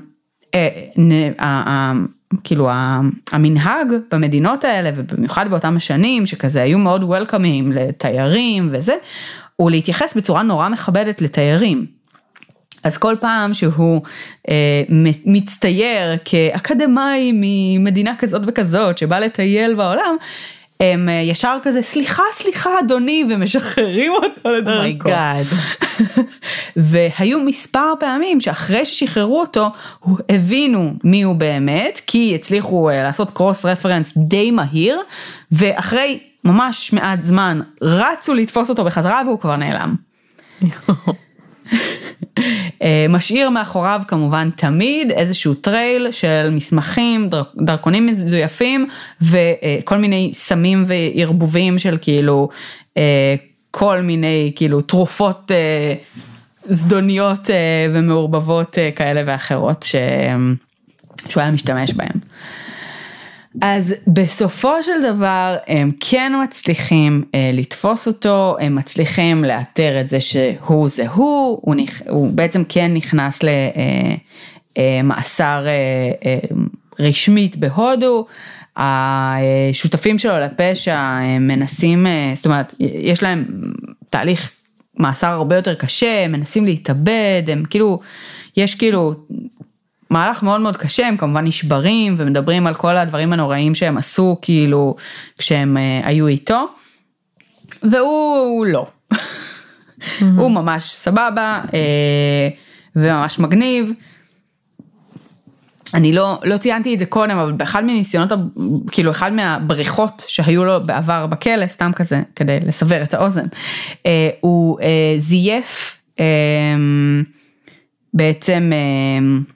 כאילו, המנהג במדינות האלה, ובמיוחד באותם השנים, שכזה היו מאוד welcoming לתיירים וזה, הוא להתייחס בצורה נורא מכבדת לתיירים, אז כל פעם שהוא אה, מצטייר כאקדמאי ממדינה כזאת וכזאת, שבא לטייל בעולם, הם ישר כזה, סליחה, סליחה, אדוני, ומשחררים אותו לדרכו. Oh והיו מספר פעמים שאחרי ששחררו אותו, הבינו מי הוא באמת, כי הצליחו לעשות קרוס רפרנס די מהיר, ואחרי ממש מעט זמן רצו לתפוס אותו בחזרה, והוא כבר נעלם. משאיר מאחוריו כמובן תמיד איזשהו טרייל של מסמכים, דרכונים מזויפים, וכל מיני סמים וערבובים של כאילו, כל מיני כאילו תרופות זדוניות ומעורבבות כאלה ואחרות שהוא היה משתמש בהם. אז בסופו של דבר הם כן מצליחים אה, לתפוס אותו, הם מצליחים לאתר את זה שהוא זה הוא, הוא, נכ... הוא בעצם כן נכנס למאסר אה, אה, רשמית בהודו, השותפים שלו לפשע הם מנסים, אה, זאת אומרת, יש להם תהליך מאסר הרבה יותר קשה, הם מנסים להתאבד, הם כאילו, יש כאילו, מהלך מאוד מאוד קשה, הם כמובן נשברים ומדברים על כל הדברים הנוראים שהם עשו כאילו כשהם uh, היו איתו, והוא לא. הוא ממש סבבה uh, וממש מגניב. אני לא, לא ציינתי את זה קודם, אבל באחד מניסיונות, כאילו אחד מהבריחות שהיו לו בעבר בכלא, סתם כזה, כדי לסבר את האוזן, uh, הוא uh, זייף uh, בעצם... Uh,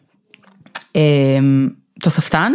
תוספתן,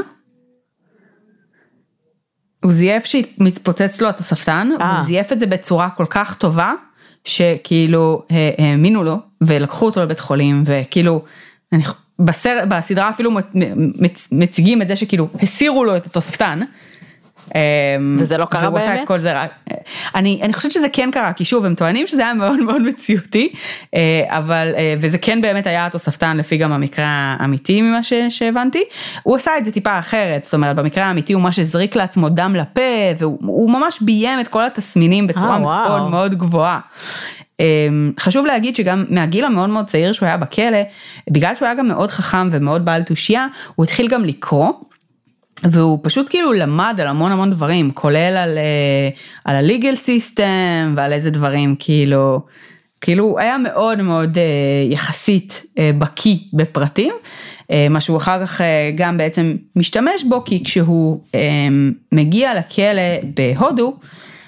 הוא זייף שמתפוצץ לו התוספתן, הוא זייף את זה בצורה כל כך טובה, שכאילו האמינו לו, ולקחו אותו לבית חולים, וכאילו, בסדרה אפילו מציגים את זה, שכאילו הסירו לו את התוספתן, וזה לא קרה באמת? אני, אני חושבת שזה כן קרה, כי שוב, הם טוענים שזה היה מאוד מאוד מציאותי, אבל, וזה כן באמת היה התוספתן, לפי גם המקרה האמיתי ממה ש, שהבנתי, הוא עשה את זה טיפה אחרת, זאת אומרת, במקרה האמיתי הוא ממש הזריק לעצמו דם לפה, והוא ממש ביים את כל התסמינים בצורה מאוד מאוד גבוהה. חשוב להגיד שגם מהגיל המאוד מאוד צעיר שהוא היה בכלא, בגלל שהוא היה גם מאוד חכם ומאוד בעל תושייה, הוא התחיל גם לקרוא, והוא פשוט כאילו למד על המון המון דברים, כולל על, על ה-legal system ועל איזה דברים, כאילו, כאילו היה מאוד מאוד יחסית בקיא בפרטים, מה שהוא אחר כך גם בעצם משתמש בו, כי כשהוא מגיע לכלא בהודו,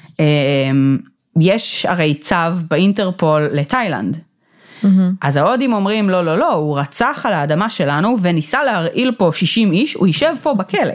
יש הרי צו באינטרפול לתאילנד, אז ההודים אומרים, לא, לא, לא, הוא רצח על האדמה שלנו, וניסה להרעיל פה שישים איש, הוא יישב פה בכלא.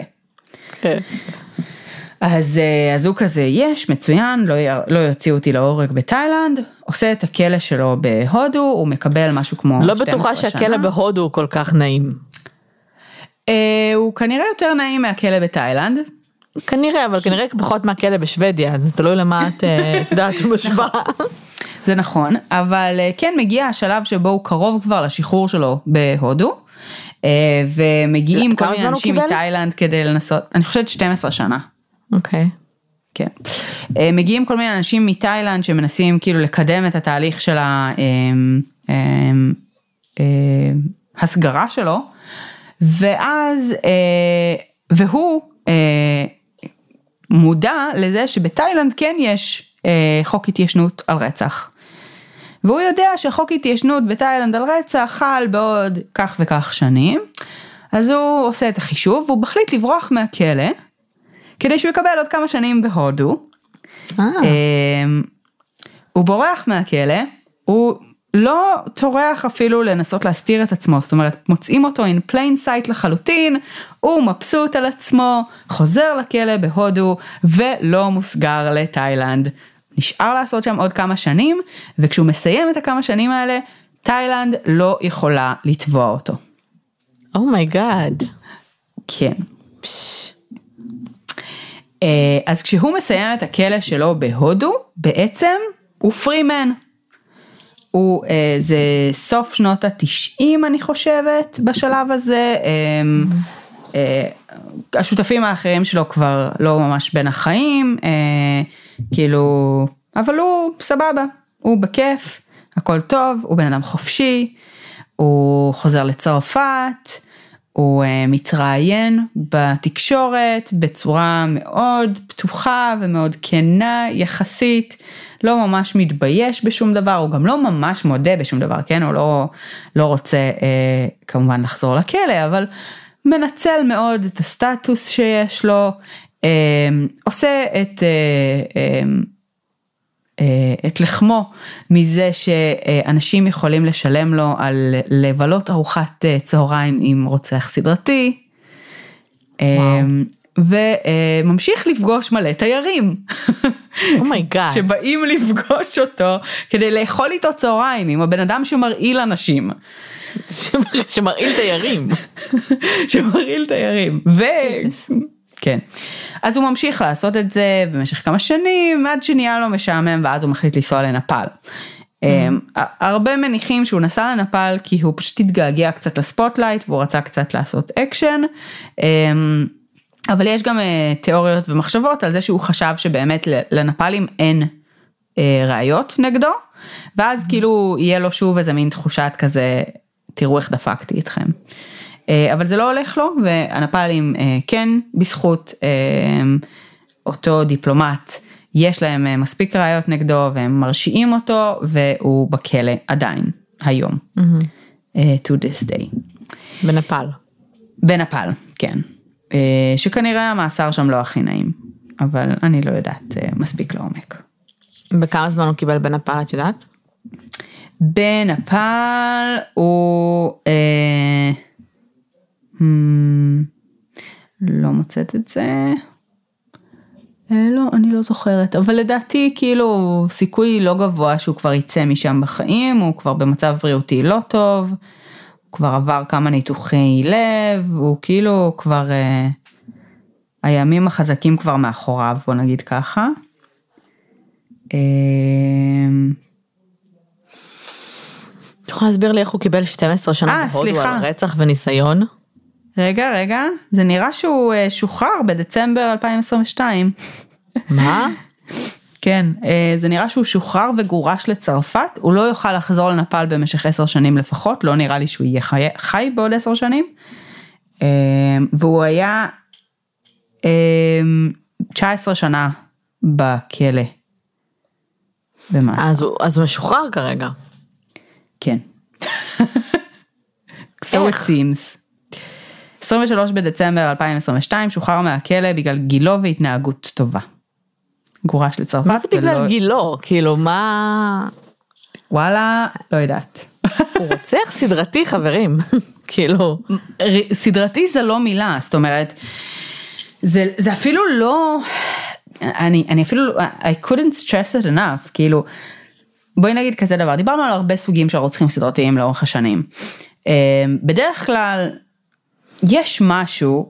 אז, אז הוא כזה, יש, מצוין, לא, לא יוציאו אותי להורג בתאילנד, עושה את הכלא שלו בהודו, הוא מקבל משהו כמו לא בטוחה שהכלא בהודו הוא כל כך נעים. הוא כנראה יותר נעים מהכלא בתאילנד. כנראה, אבל כנראה פחות מהכלא בשוודיה, זה תלוי למה את, את יודעת, משוואה. זה נכון, אבל כן מגיע השלב שבו הוא קרוב כבר לשחרור שלו בהודו, ומגיעים כל מיני אנשים מתאילנד כדי לנסות, אני חושבת שתים עשרה שנה. אוקיי. כן. מגיעים כל מיני אנשים מתאילנד שמנסים כאילו לקדם את התהליך של ההסגרה שלו, ואז, והוא מודע לזה שבתאילנד כן יש חוק התיישנות על רצח. והוא יודע שחוק התיישנות בתאילנד על רצח חל בעוד כך וכך שנים, אז הוא עושה את החישוב, והוא מחליט לברוח מהכלא, כדי שהוא יקבל עוד כמה שנים בהודו. הוא בורח מהכלא, הוא לא טורח אפילו לנסות להסתיר את עצמו, זאת אומרת, מוצאים אותו in plain sight לחלוטין, הוא מבסוט על עצמו, חוזר לכלא בהודו, ולא מוסגר לתאילנד. נשאר לעשות שם עוד כמה שנים, וכשהוא מסיים את הכמה שנים האלה, תאילנד לא יכולה לתבוע אותו. אומייגאד. כן. אז כשהוא מסיים את הכלא שלו בהודו, בעצם הוא פרימן. הוא, זה סוף שנות התשעים אני חושבת בשלב הזה, השותפים האחרים שלו כבר לא ממש בין החיים, כאילו, אבל הוא סבבה, הוא בכיף, הכל טוב, הוא בן אדם חופשי, הוא חוזר לצרפת, הוא מתראיין בתקשורת בצורה מאוד פתוחה ומאוד כנה יחסית, לא ממש מתבייש בשום דבר, הוא גם לא ממש מודה בשום דבר, כן? הוא לא, לא רוצה אה, כמובן לחזור לכלא, אבל מנצל מאוד את הסטטוס שיש לו, אה, עושה את, אה, אה, את לחמו מזה שאנשים יכולים לשלם לו על לבלות ארוחת צהריים עם רוצח סדרתי, וממשיך לפגוש מלא תיירים, אומייגאד, שבאים לפגוש אותו כדי לאכול איתו צהריים עם הבן אדם שמרעיל אנשים, שמרעיל תיירים, שמרעיל תיירים, ו... כן. אז הוא ממשיך לעשות את זה במשך כמה שנים, עד שנהיה לו משעמם, ואז הוא מחליט לנסוע לנפאל. Mm-hmm. הרבה מניחים שהוא נסע לנפאל, כי הוא פשוט התגעגע קצת לספוטלייט, והוא רצה קצת לעשות אקשן, אבל יש גם תיאוריות ומחשבות על זה שהוא חשב שבאמת לנפאלים אין ראיות נגדו, ואז mm-hmm. כאילו יהיה לו שוב איזה מין תחושת כזה, תראו איך דפקתי אתכם. אבל זה לא הולך לו, והנפאלים כן, בזכות אותו דיפלומט, יש להם מספיק ראיות נגדו, והם מרשיעים אותו, והוא בכלא עדיין, היום. Mm-hmm. to this day. בנפאל. בנפאל, כן. שכנראה המאסר שם לא הכי נעים, אבל אני לא יודעת מספיק לעומק. בכמה זמן הוא קיבל בנפאל, את יודעת? בנפאל הוא... אה, לא מוצאת את זה, לא, אני לא זוכרת, אבל לדעתי כאילו סיכוי לא גבוה שהוא כבר יצא משם בחיים, הוא כבר במצב בריאותי לא טוב, הוא כבר עבר כמה ניתוחי לב, הוא כאילו כבר, הימים החזקים כבר מאחוריו, בוא נגיד ככה. אתה יכולה להסביר לי איך הוא קיבל שתים עשרה שנה בהודו על רצח וניסיון? רגע, רגע, זה נראה שהוא שוחרר בדצמבר אלפיים עשרים ושתיים. מה? כן, זה נראה שהוא שוחרר וגורש לצרפת, הוא לא יוכל לחזור לנפאל במשך עשר שנים לפחות, לא נראה לי שהוא יהיה חי, חי בעוד עשר שנים, והוא היה תשע עשרה שנה בכלא. אז הוא, אז הוא משוחרר כרגע. כן. So it seems. עשרים ושלושה בדצמבר אלפיים עשרים ושתיים, שוחרר מהכלא בגלל גילו והתנהגות טובה. גורש לצרפת. מה זה בגלל ולא... גילו? כאילו, מה... וואלה, לא יודעת. הוא רוצח סדרתי, חברים. כאילו... סדרתי זה לא מילה, זאת אומרת, זה, זה אפילו לא... אני, אני אפילו... I couldn't stress it enough, כאילו... בואי נגיד כזה דבר, דיברנו על הרבה סוגים של רוצחים סדרתיים לאורך השנים. בדרך כלל... יש משהו,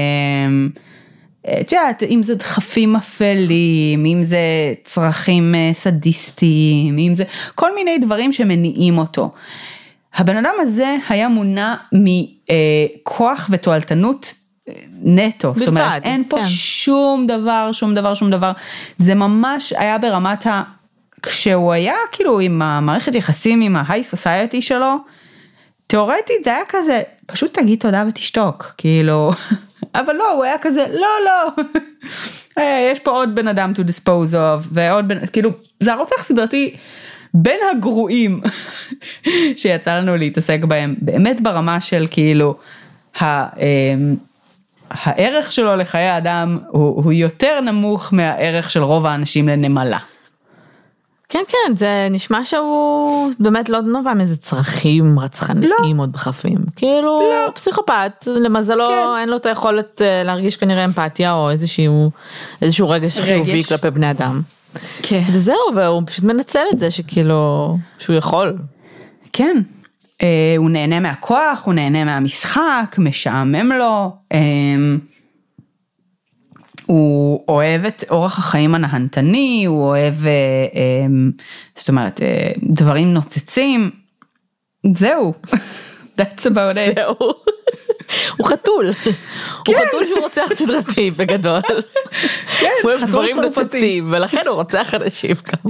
את יודעת, אם זה דחפים אפלים, אם זה צרכים סדיסטיים, אם זה כל מיני דברים שמניעים אותו. הבן אדם הזה היה מונע מכוח ותועלתנות נטו, זאת אומרת, אין פה שום דבר, שום דבר, שום דבר. זה ממש היה ברמת ה... כשהוא היה כאילו עם המערכת יחסים, עם ההיי סוסייטי שלו, תיאורטית זה היה כזה, פשוט תגיד תודה ותשתוק, כאילו, אבל לא, הוא היה כזה, לא, לא, יש פה עוד בן אדם to dispose of, ועוד בן, כאילו, זה הרוצח סדרתי בין הגרועים שיצא לנו להתעסק בהם, באמת ברמה של כאילו, הערך שלו לחיי אדם הוא, הוא יותר נמוך מהערך של רוב האנשים לנמלה. כן, כן, זה נשמע שהוא באמת לא נובע מאיזה צרכים רצחניים או דחפים. כאילו, לא. פסיכופת, למזלו כן. אין לו את היכולת להרגיש כנראה אמפתיה, או איזשהו, איזשהו רגש חיובי כלפי בני אדם. כן. וזהו, והוא פשוט מנצל את זה שכאילו, שהוא יכול. כן. אה, הוא נהנה מהכוח, הוא נהנה מהמשחק, משעמם לו, אה, הוא אוהב את אורח החיים הנהנתני, הוא אוהב, זאת אומרת, דברים נוצצים, זהו, that's about it. זהו, הוא חתול, הוא חתול שהוא רוצח סדרתי בגדול, הוא אוהב דברים נוצצים, ולכן הוא רוצח אנשים גם.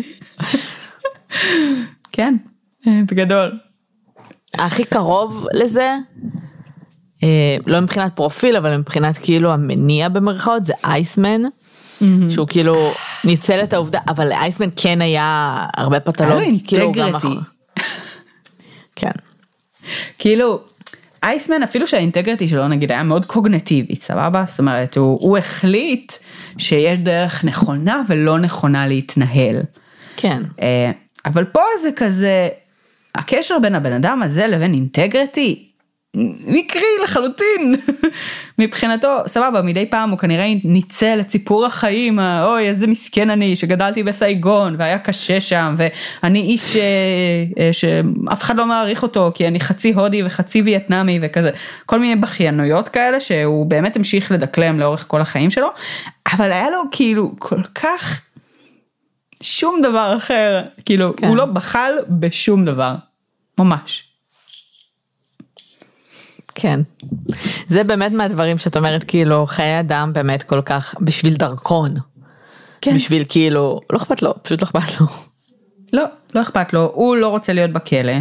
כן, בגדול. הכי קרוב לזה, לא מבחינת פרופיל, אבל מבחינת כאילו המניע במרכאות, זה אייסמן, שהוא כאילו ניצל את העובדה, אבל לאייסמן כן היה הרבה פתולוגיה, כאילו גם אחר. כן. כאילו, אייסמן, אפילו שהאינטגריטי שלו, נגיד, היה מאוד קוגנטיבית, סבבה? זאת אומרת, הוא, הוא החליט שיש דרך נכונה ולא נכונה להתנהל. כן. אבל פה זה כזה, הקשר בין הבן אדם הזה לבין אינטגריטי, מקרי לחלוטין. מבחינתו, סבבה, מדי פעם הוא כנראה ניצל את סיפור החיים, אוי, איזה מסכן אני, שגדלתי בסייגון, והיה קשה שם, ואני איש שאף אחד לא מעריך אותו, כי אני חצי הודי וחצי וייטנאמי, וכזה, כל מיני בכיינויות כאלה, שהוא באמת המשיך לדקלם לאורך כל החיים שלו, אבל היה לו כאילו כל כך שום דבר אחר, כאילו, כן. הוא לא בחל בשום דבר, ממש. כן, זה באמת מהדברים שאת אומרת, כאילו, חיי אדם באמת כל כך, בשביל דרכון, כן. בשביל כאילו, לא אכפת לו, פשוט לא אכפת לו. לא, לא אכפת לו, הוא לא רוצה להיות בכלא,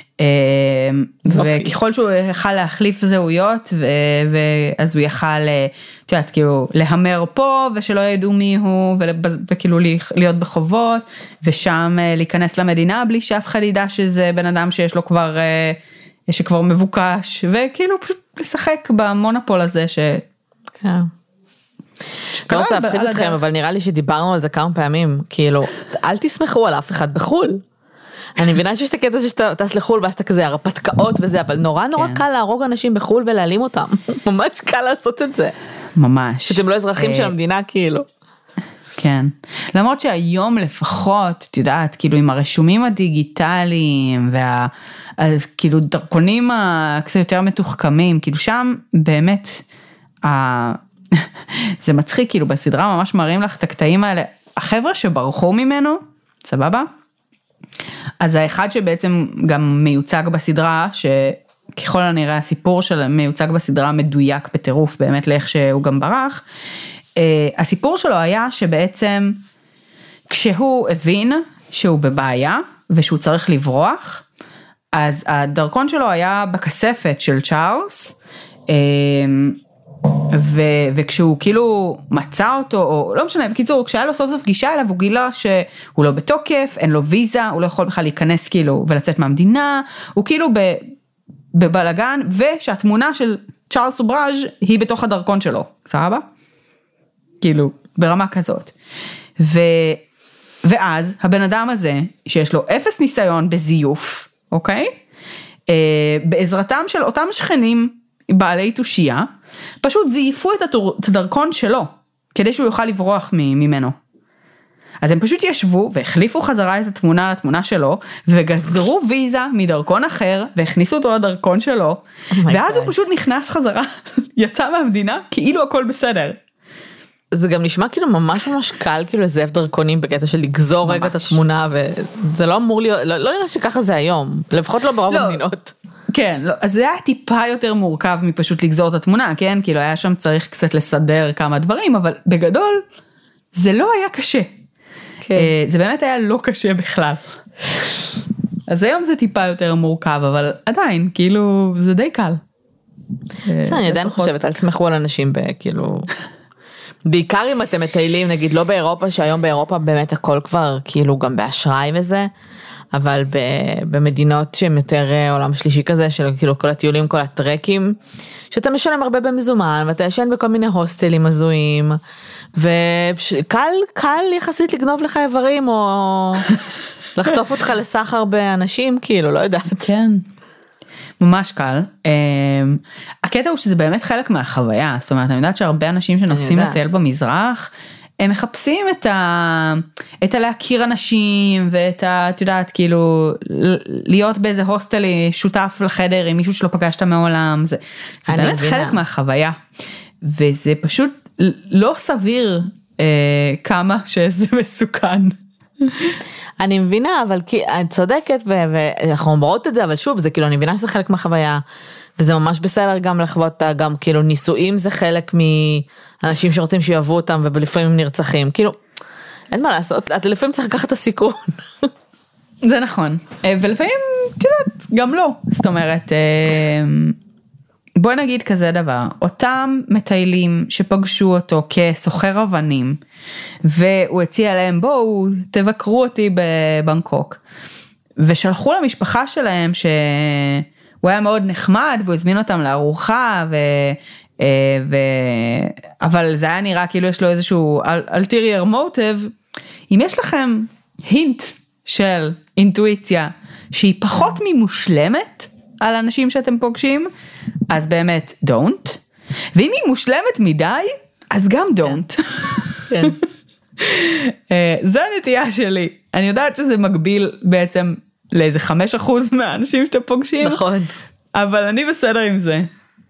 וככל שהוא יכל להחליף זהויות, אז הוא יכל, את יודעת, כאילו, להמר פה, ושלא ידעו מי הוא, וכאילו להיות בחובות, ושם להיכנס למדינה, בלי שאף אחד ידע שזה בן אדם שיש לו כבר... שכבר מבוקש, וכאילו פשוט לשחק במונופול הזה ש... כן. לא רוצה להפחיד אתכם, אבל נראה לי שדיברנו על זה כמה פעמים, כאילו, אל תסמכו על אף אחד בחול. אני מבינה שיש את הקטע הזה שאתה טס לחול, ואז אתה כזה הרפתקאות וזה, אבל נורא נורא קל להרוג אנשים בחול ולהעלים אותם. ממש קל לעשות את זה. ממש. שאתם לא אזרחים של המדינה, כאילו. כן, למרות שהיום לפחות, את יודעת, כאילו עם הרשומים הדיגיטליים, וה, כאילו דרכונים קצת יותר מתוחכמים, כאילו שם באמת, ה... זה מצחיק, כאילו בסדרה ממש מראים לך את הקטעים האלה, החבר'ה שברחו ממנו, סבבה? אז האחד שבעצם גם מיוצג בסדרה, שככל הנראה הסיפור של מיוצג בסדרה מדויק בטירוף, באמת לאיך שהוא גם ברח, הסיפור שלו היה שבעצם כשהוא הבין שהוא בבעיה ושהוא צריך לברוח, אז הדרכון שלו היה בכספת של צ'ארלס, ו- וכשהוא כאילו מצא אותו, או לא משנה, בקיצור, כשהיה לו סוף סוף גישה אליו, הוא גילה שהוא לא בתוקף, אין לו ויזה, הוא לא יכול בכלל להיכנס כאילו ולצאת מהמדינה, הוא כאילו בבלגן, ושהתמונה של צ'ארלס סובראז' היא בתוך הדרכון שלו, סבבה? כאילו, ברמה כזאת. ו, ואז, הבן אדם הזה, שיש לו אפס ניסיון בזיוף, אוקיי? אה, בעזרתם של אותם שכנים, בעלי תושייה, פשוט זייפו את, התור, את הדרכון שלו, כדי שהוא יוכל לברוח ממנו. אז הם פשוט ישבו, והחליפו חזרה את התמונה לתמונה שלו, וגזרו ויזה מדרכון אחר, והכניסו אותו לדרכון שלו, oh ואז God. הוא פשוט נכנס חזרה, יצא מהמדינה, כאילו הכל בסדר. זה גם נשמע כאילו ממש ממש קל, כאילו לזייף דרכונים בקטע של לגזור ממש. רגע את התמונה, וזה לא אמור להיות, לא, לא נראה שככה זה היום, לפחות לא ברוב לא. המדינות. כן, לא, אז זה היה טיפה יותר מורכב מפשוט לגזור את התמונה, כן? כאילו היה שם צריך קצת לסדר כמה דברים, אבל בגדול זה לא היה קשה. כן. זה באמת היה לא קשה בכלל. אז היום זה טיפה יותר מורכב, אבל עדיין, כאילו, זה די קל. בסדר, אני עדיין חושבת, אל תסמכו על אנשים בכאילו... בעיקר אם אתם מטיילים, נגיד לא באירופה, שהיום באירופה באמת הכל כבר כאילו גם באשראי וזה, אבל במדינות שהן יותר עולם שלישי כזה, של כאילו כל הטיולים, כל הטרקים, שאתה משלם הרבה במזומן, ואתה ישן בכל מיני הוסטלים הזויים, וקל, קל יחסית לגנוב לך איברים, או לחטוף אותך לסחר באנשים, כאילו, לא יודעת. כן. ממש קל. הקטע הוא שזה באמת חלק מהחוויה, זאת אומרת, אני יודעת שהרבה אנשים שנוסעים לטייל במזרח, הם מחפשים את ה... את הלהכיר אנשים, ואת ה... את יודעת, כאילו, להיות באיזה הוסטל שותף לחדר עם מישהו שלא פגשת מעולם, זה, זה באמת מבינה. חלק מהחוויה. וזה פשוט לא סביר אה, כמה שזה מסוכן. אני מבינה, אבל את צודקת, ואנחנו אומרות את זה, אבל שוב, זה כאילו, אני מבינה שזה חלק מהחוויה, וזה ממש בסדר גם לחוות, גם כאילו נישואים זה חלק מאנשים שרוצים שיאהבו אותם, ולפעמים נרצחים, כאילו, אין מה לעשות, את לפעמים צריך לקחת את הסיכון. זה נכון, ולפעמים, תדעת, גם לא, זאת אומרת, בוא נגיד כזה דבר, אותם מטיילים שפגשו אותו כסוחר אבנים, והוא הציע להם, בואו תבקרו אותי בבנקוק, ושלחו למשפחה שלהם שהוא היה מאוד נחמד, והוא הזמין אותם לארוחה, ו... ו... אבל זה היה נראה כאילו יש לו איזשהו ulterior motive. אם יש לכם הינט של אינטואיציה שהיא פחות ממושלמת על אנשים שאתם פוגשים, אז באמת don't, ואם היא מושלמת מדי, אז גם don't. כן. זו הנטייה שלי. אני יודעת שזה מגביל בעצם לאיזה חמש אחוז מהאנשים שאתם פוגשים, נכון. אבל אני בסדר עם זה.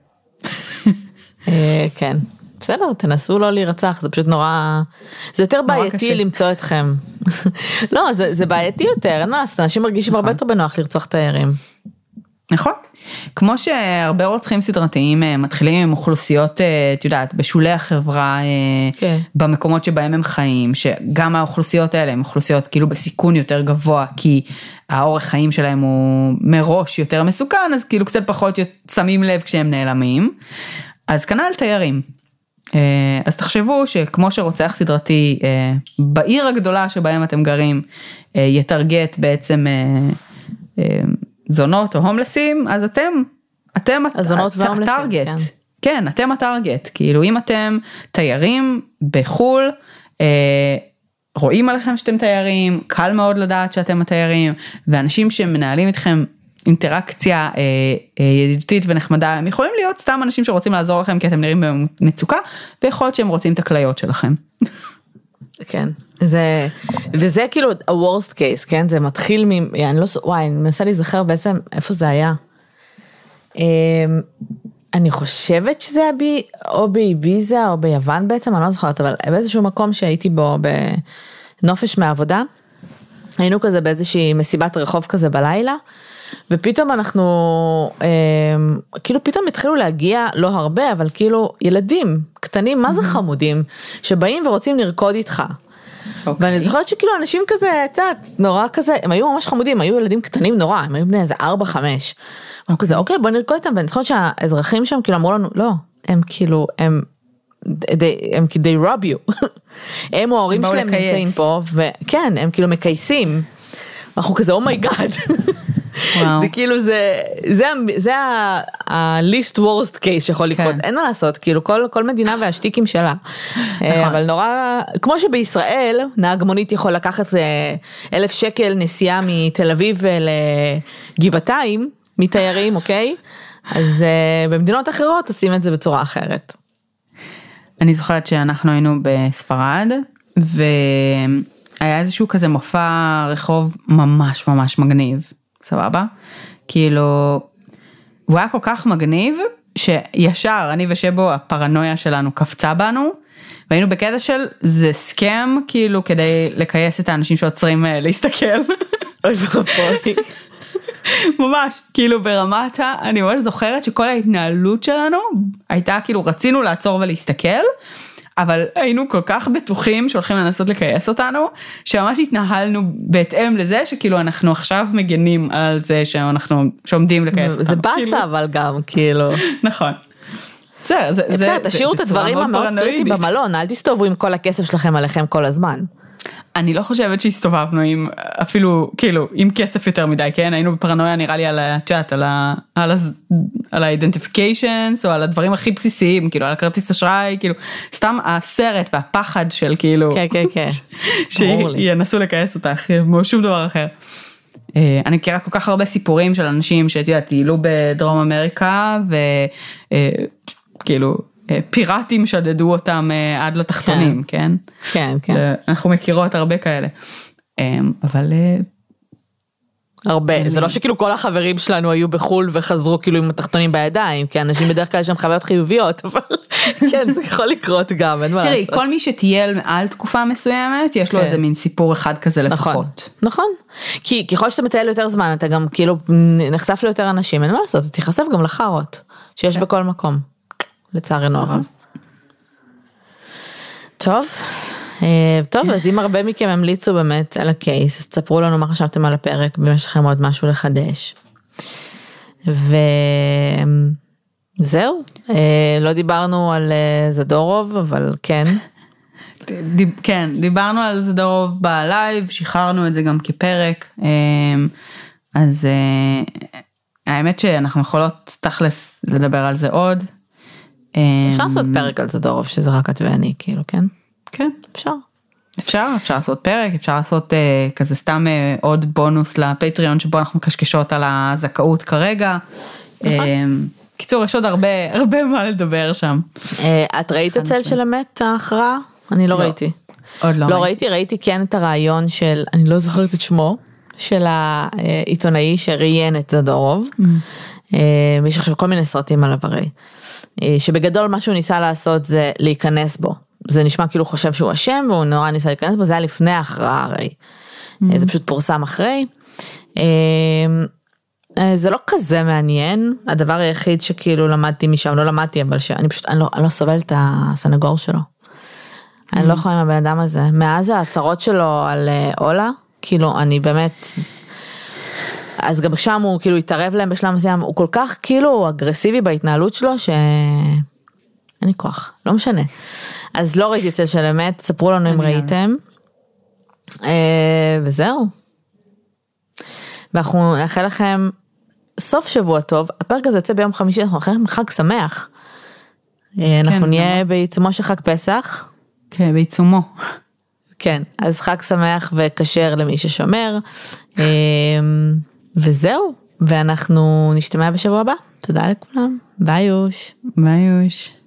כן, בסדר, תנסו לא להירצח, זה פשוט נורא, זה יותר בעייתי למצוא אתכם. לא, זה בעייתי יותר, אין מה לעשות, אנשים מרגישים הרבה יותר בנוח לרצוח תיירים. נכון, כמו שהרבה רוצחים סדרתיים מתחילים עם אוכלוסיות, את יודעת, בשולי החברה, במקומות שבהם הם חיים, שגם האוכלוסיות האלה הם אוכלוסיות כאילו בסיכון יותר גבוה, כי האורך חיים שלהם הוא מראש יותר מסוכן, אז כאילו קצת פחות שמים לב כשהם נעלמים, אז כנ"ל תיירים. אז תחשבו שכמו שרוצח סדרתי בעיר הגדולה שבהם אתם גרים, יטרגט בעצם זונות או הומלסים, אז אתם, אתם הטארגט. כן. כן, אתם הטארגט. כאילו אם אתם תיירים בחול, רואים עליכם שאתם תיירים, קל מאוד לדעת שאתם התיירים, ואנשים שמנהלים איתכם אינטראקציה אה, אה, ידידותית ונחמדה, הם יכולים להיות סתם אנשים שרוצים לעזור לכם כי אתם נראים במצוקה, ויכול להיות שהם רוצים את הכליות שלכם. כן, זה, וזה כאילו ה-worst case, כן? זה מתחיל מ... אני לא... וואי, אני מנסה להיזכר בעצם איפה זה היה. אה, אני חושבת שזה היה בי, או באביזה או ביוון בעצם, אני לא זוכרת, אבל באיזשהו מקום שהייתי בו בנופש מהעבודה, היינו כזה באיזושהי מסיבת רחוב כזה בלילה, ופתאום אנחנו, אה, כאילו פתאום התחילו להגיע, לא הרבה, אבל כאילו ילדים קטנים, מה זה חמודים, שבאים ורוצים לרקוד איתך. Okay. ואני זוכרת שכאילו אנשים כזה, צעת, נורא כזה, הם היו ממש חמודים, היו ילדים קטנים נורא, הם היו בני איזה ארבע, חמש. אמרו כזה, אוקיי, בוא נרקוד איתם, ואני זוכרת שהאזרחים שם כאילו אמרו לנו, לא, הם כאילו, הם, they, הם כאילו, they rob you. הם או ההורים שלהם נמצאים פה, וכן, הם כאילו מקייסים. אנחנו כזה, oh my god. זה כאילו, זה, זה, זה ה-least worst case שיכול לקרות, אין מה לעשות, כאילו כל, כל מדינה והשטיקים שלה, אבל נורא, כמו שבישראל, נהג מונית יכול לקחת אלף שקל נסיעה מתל אביב לגבעתיים, מתיירים, אוקיי? אז במדינות אחרות עושים את זה בצורה אחרת. אני זוכרת שאנחנו היינו בספרד, והיה איזשהו כזה מופע רחוב ממש ממש מגניב, סבבה? כאילו, הוא היה כל כך מגניב, שישר אני ושבו הפרנויה שלנו קפצה בנו, והיינו בקטע של זה סקאם, כאילו כדי לקייס את האנשים שעוצרים להסתכל. אוי ואבוי. ממש, כאילו ברמת, אני ממש זוכרת שכל ההתנהלות שלנו, הייתה כאילו רצינו לעצור ולהסתכל, אבל היינו כל כך בטוחים שהולכים לנסות לקייס אותנו, שממש התנהלנו בהתאם לזה, שכאילו אנחנו עכשיו מגנים על זה שאנחנו שעומדים לקייס אותנו. זה בסה אבל גם, כאילו. נכון. בסדר, זה... בסדר, תשאירו את הדברים המאוד קריטיים במלון, אל תסתובבו עם כל הכסף שלכם עליכם כל הזמן. אני לא חושבת שהסתובבנו עם אפילו, כאילו, עם כסף יותר מדי, כן? היינו בפרנויה נראה לי על הצ'אט, על ה... על ה-identifications, או על הדברים הכי בסיסיים, כאילו, על הכרטיס אשראי, כאילו, סתם הסרט והפחד של, כאילו... כן, כן, כן. שינסו לקייס אותך, כמו שום דבר אחר. אני מכירה כל כך הרבה סיפורים של אנשים שאת יודעת, טיילו בדרום אמריקה, וכאילו... פיראטים שדדו אותם עד לתחתונים, כן? כן, כן. אנחנו מכירות הרבה כאלה. אבל... הרבה, זה לא שכאילו כל החברים שלנו היו בחול וחזרו כאילו עם התחתונים בידיים, כי אנשים בדרך כלל יש שם חוויות חיוביות, אבל כן, זה יכול לקרות גם, אין מה לעשות. תראי, כל מי שטייל מעל תקופה מסוימת, יש לו איזה מין סיפור אחד כזה לפחות. נכון, כי ככל שאתה מטייל יותר זמן, אתה גם כאילו נחשף ליותר אנשים, אין מה לעשות, אתה תיחשף גם לחרות, שיש בכל מקום. לצערנו הרב. טוב, טוב, אז אם הרבה מכם המליצו באמת על הקייס, אז תספרו לנו מה חשבתם על הפרק, אם יש לכם עוד משהו לחדש. ו... זהו, לא דיברנו על זדורוב, אבל כן. כן, דיברנו על זדורוב בלייב, שחררנו את זה גם כפרק, אז האמת שאנחנו יכולות תכלס לדבר על זה עוד. אפשר לעשות פרק על זדורוב, שזה רק את ואני, כאילו, כן? כן. אפשר. אפשר, אפשר לעשות פרק, אפשר לעשות uh, כזה סתם uh, עוד בונוס לפטריון, שבו אנחנו מקשקשות על הזכאות כרגע. נכון. Uh, קיצור, יש עוד הרבה, הרבה מה לדבר שם. Uh, את ראית את צל של אמת, ההכרעה? אני לא, לא ראיתי. עוד לא, לא ראיתי. ראיתי, ראיתי כן את הרעיון של, אני לא זוכרת את שמו, של העיתונאי שראיין את זדורוב. Mm. Uh, ויש עכשיו כל מיני סרטים עליו הרי. Uh, שבגדול מה שהוא ניסה לעשות זה להיכנס בו. זה נשמע כאילו חושב שהוא אשם, והוא נורא ניסה להיכנס בו, זה היה לפני ההכרעה הרי. Mm-hmm. זה פשוט פורסם אחרי. זה לא כזה מעניין, הדבר היחיד שכאילו למדתי משם, לא למדתי, אבל שאני פשוט, אני לא, אני לא סובל את הסנגור שלו. Mm-hmm. אני לא יכולה עם הבן אדם הזה. מאז ההצהרות שלו על אולה, כאילו אני באמת, אז גם שם הוא כאילו התערב להם בשלב מסוים, הוא כל כך כאילו אגרסיבי בהתנהלות שלו, ש... אין לי כוח, לא משנה. אז לא ראיתי צל של אמת, ספרו לנו אם ראיתם. וזהו. ואנחנו נאחל לכם סוף שבוע טוב, הפרק הזה יוצא ביום חמישי, אנחנו נאחל לכם חג שמח. אנחנו נהיה בעיצומו של חג פסח. כן, בעיצומו. כן, אז חג שמח וכשר למי ששומר. וזהו, ואנחנו נשתמע בשבוע הבא. תודה לכולם, ביי יוש. ביי יוש.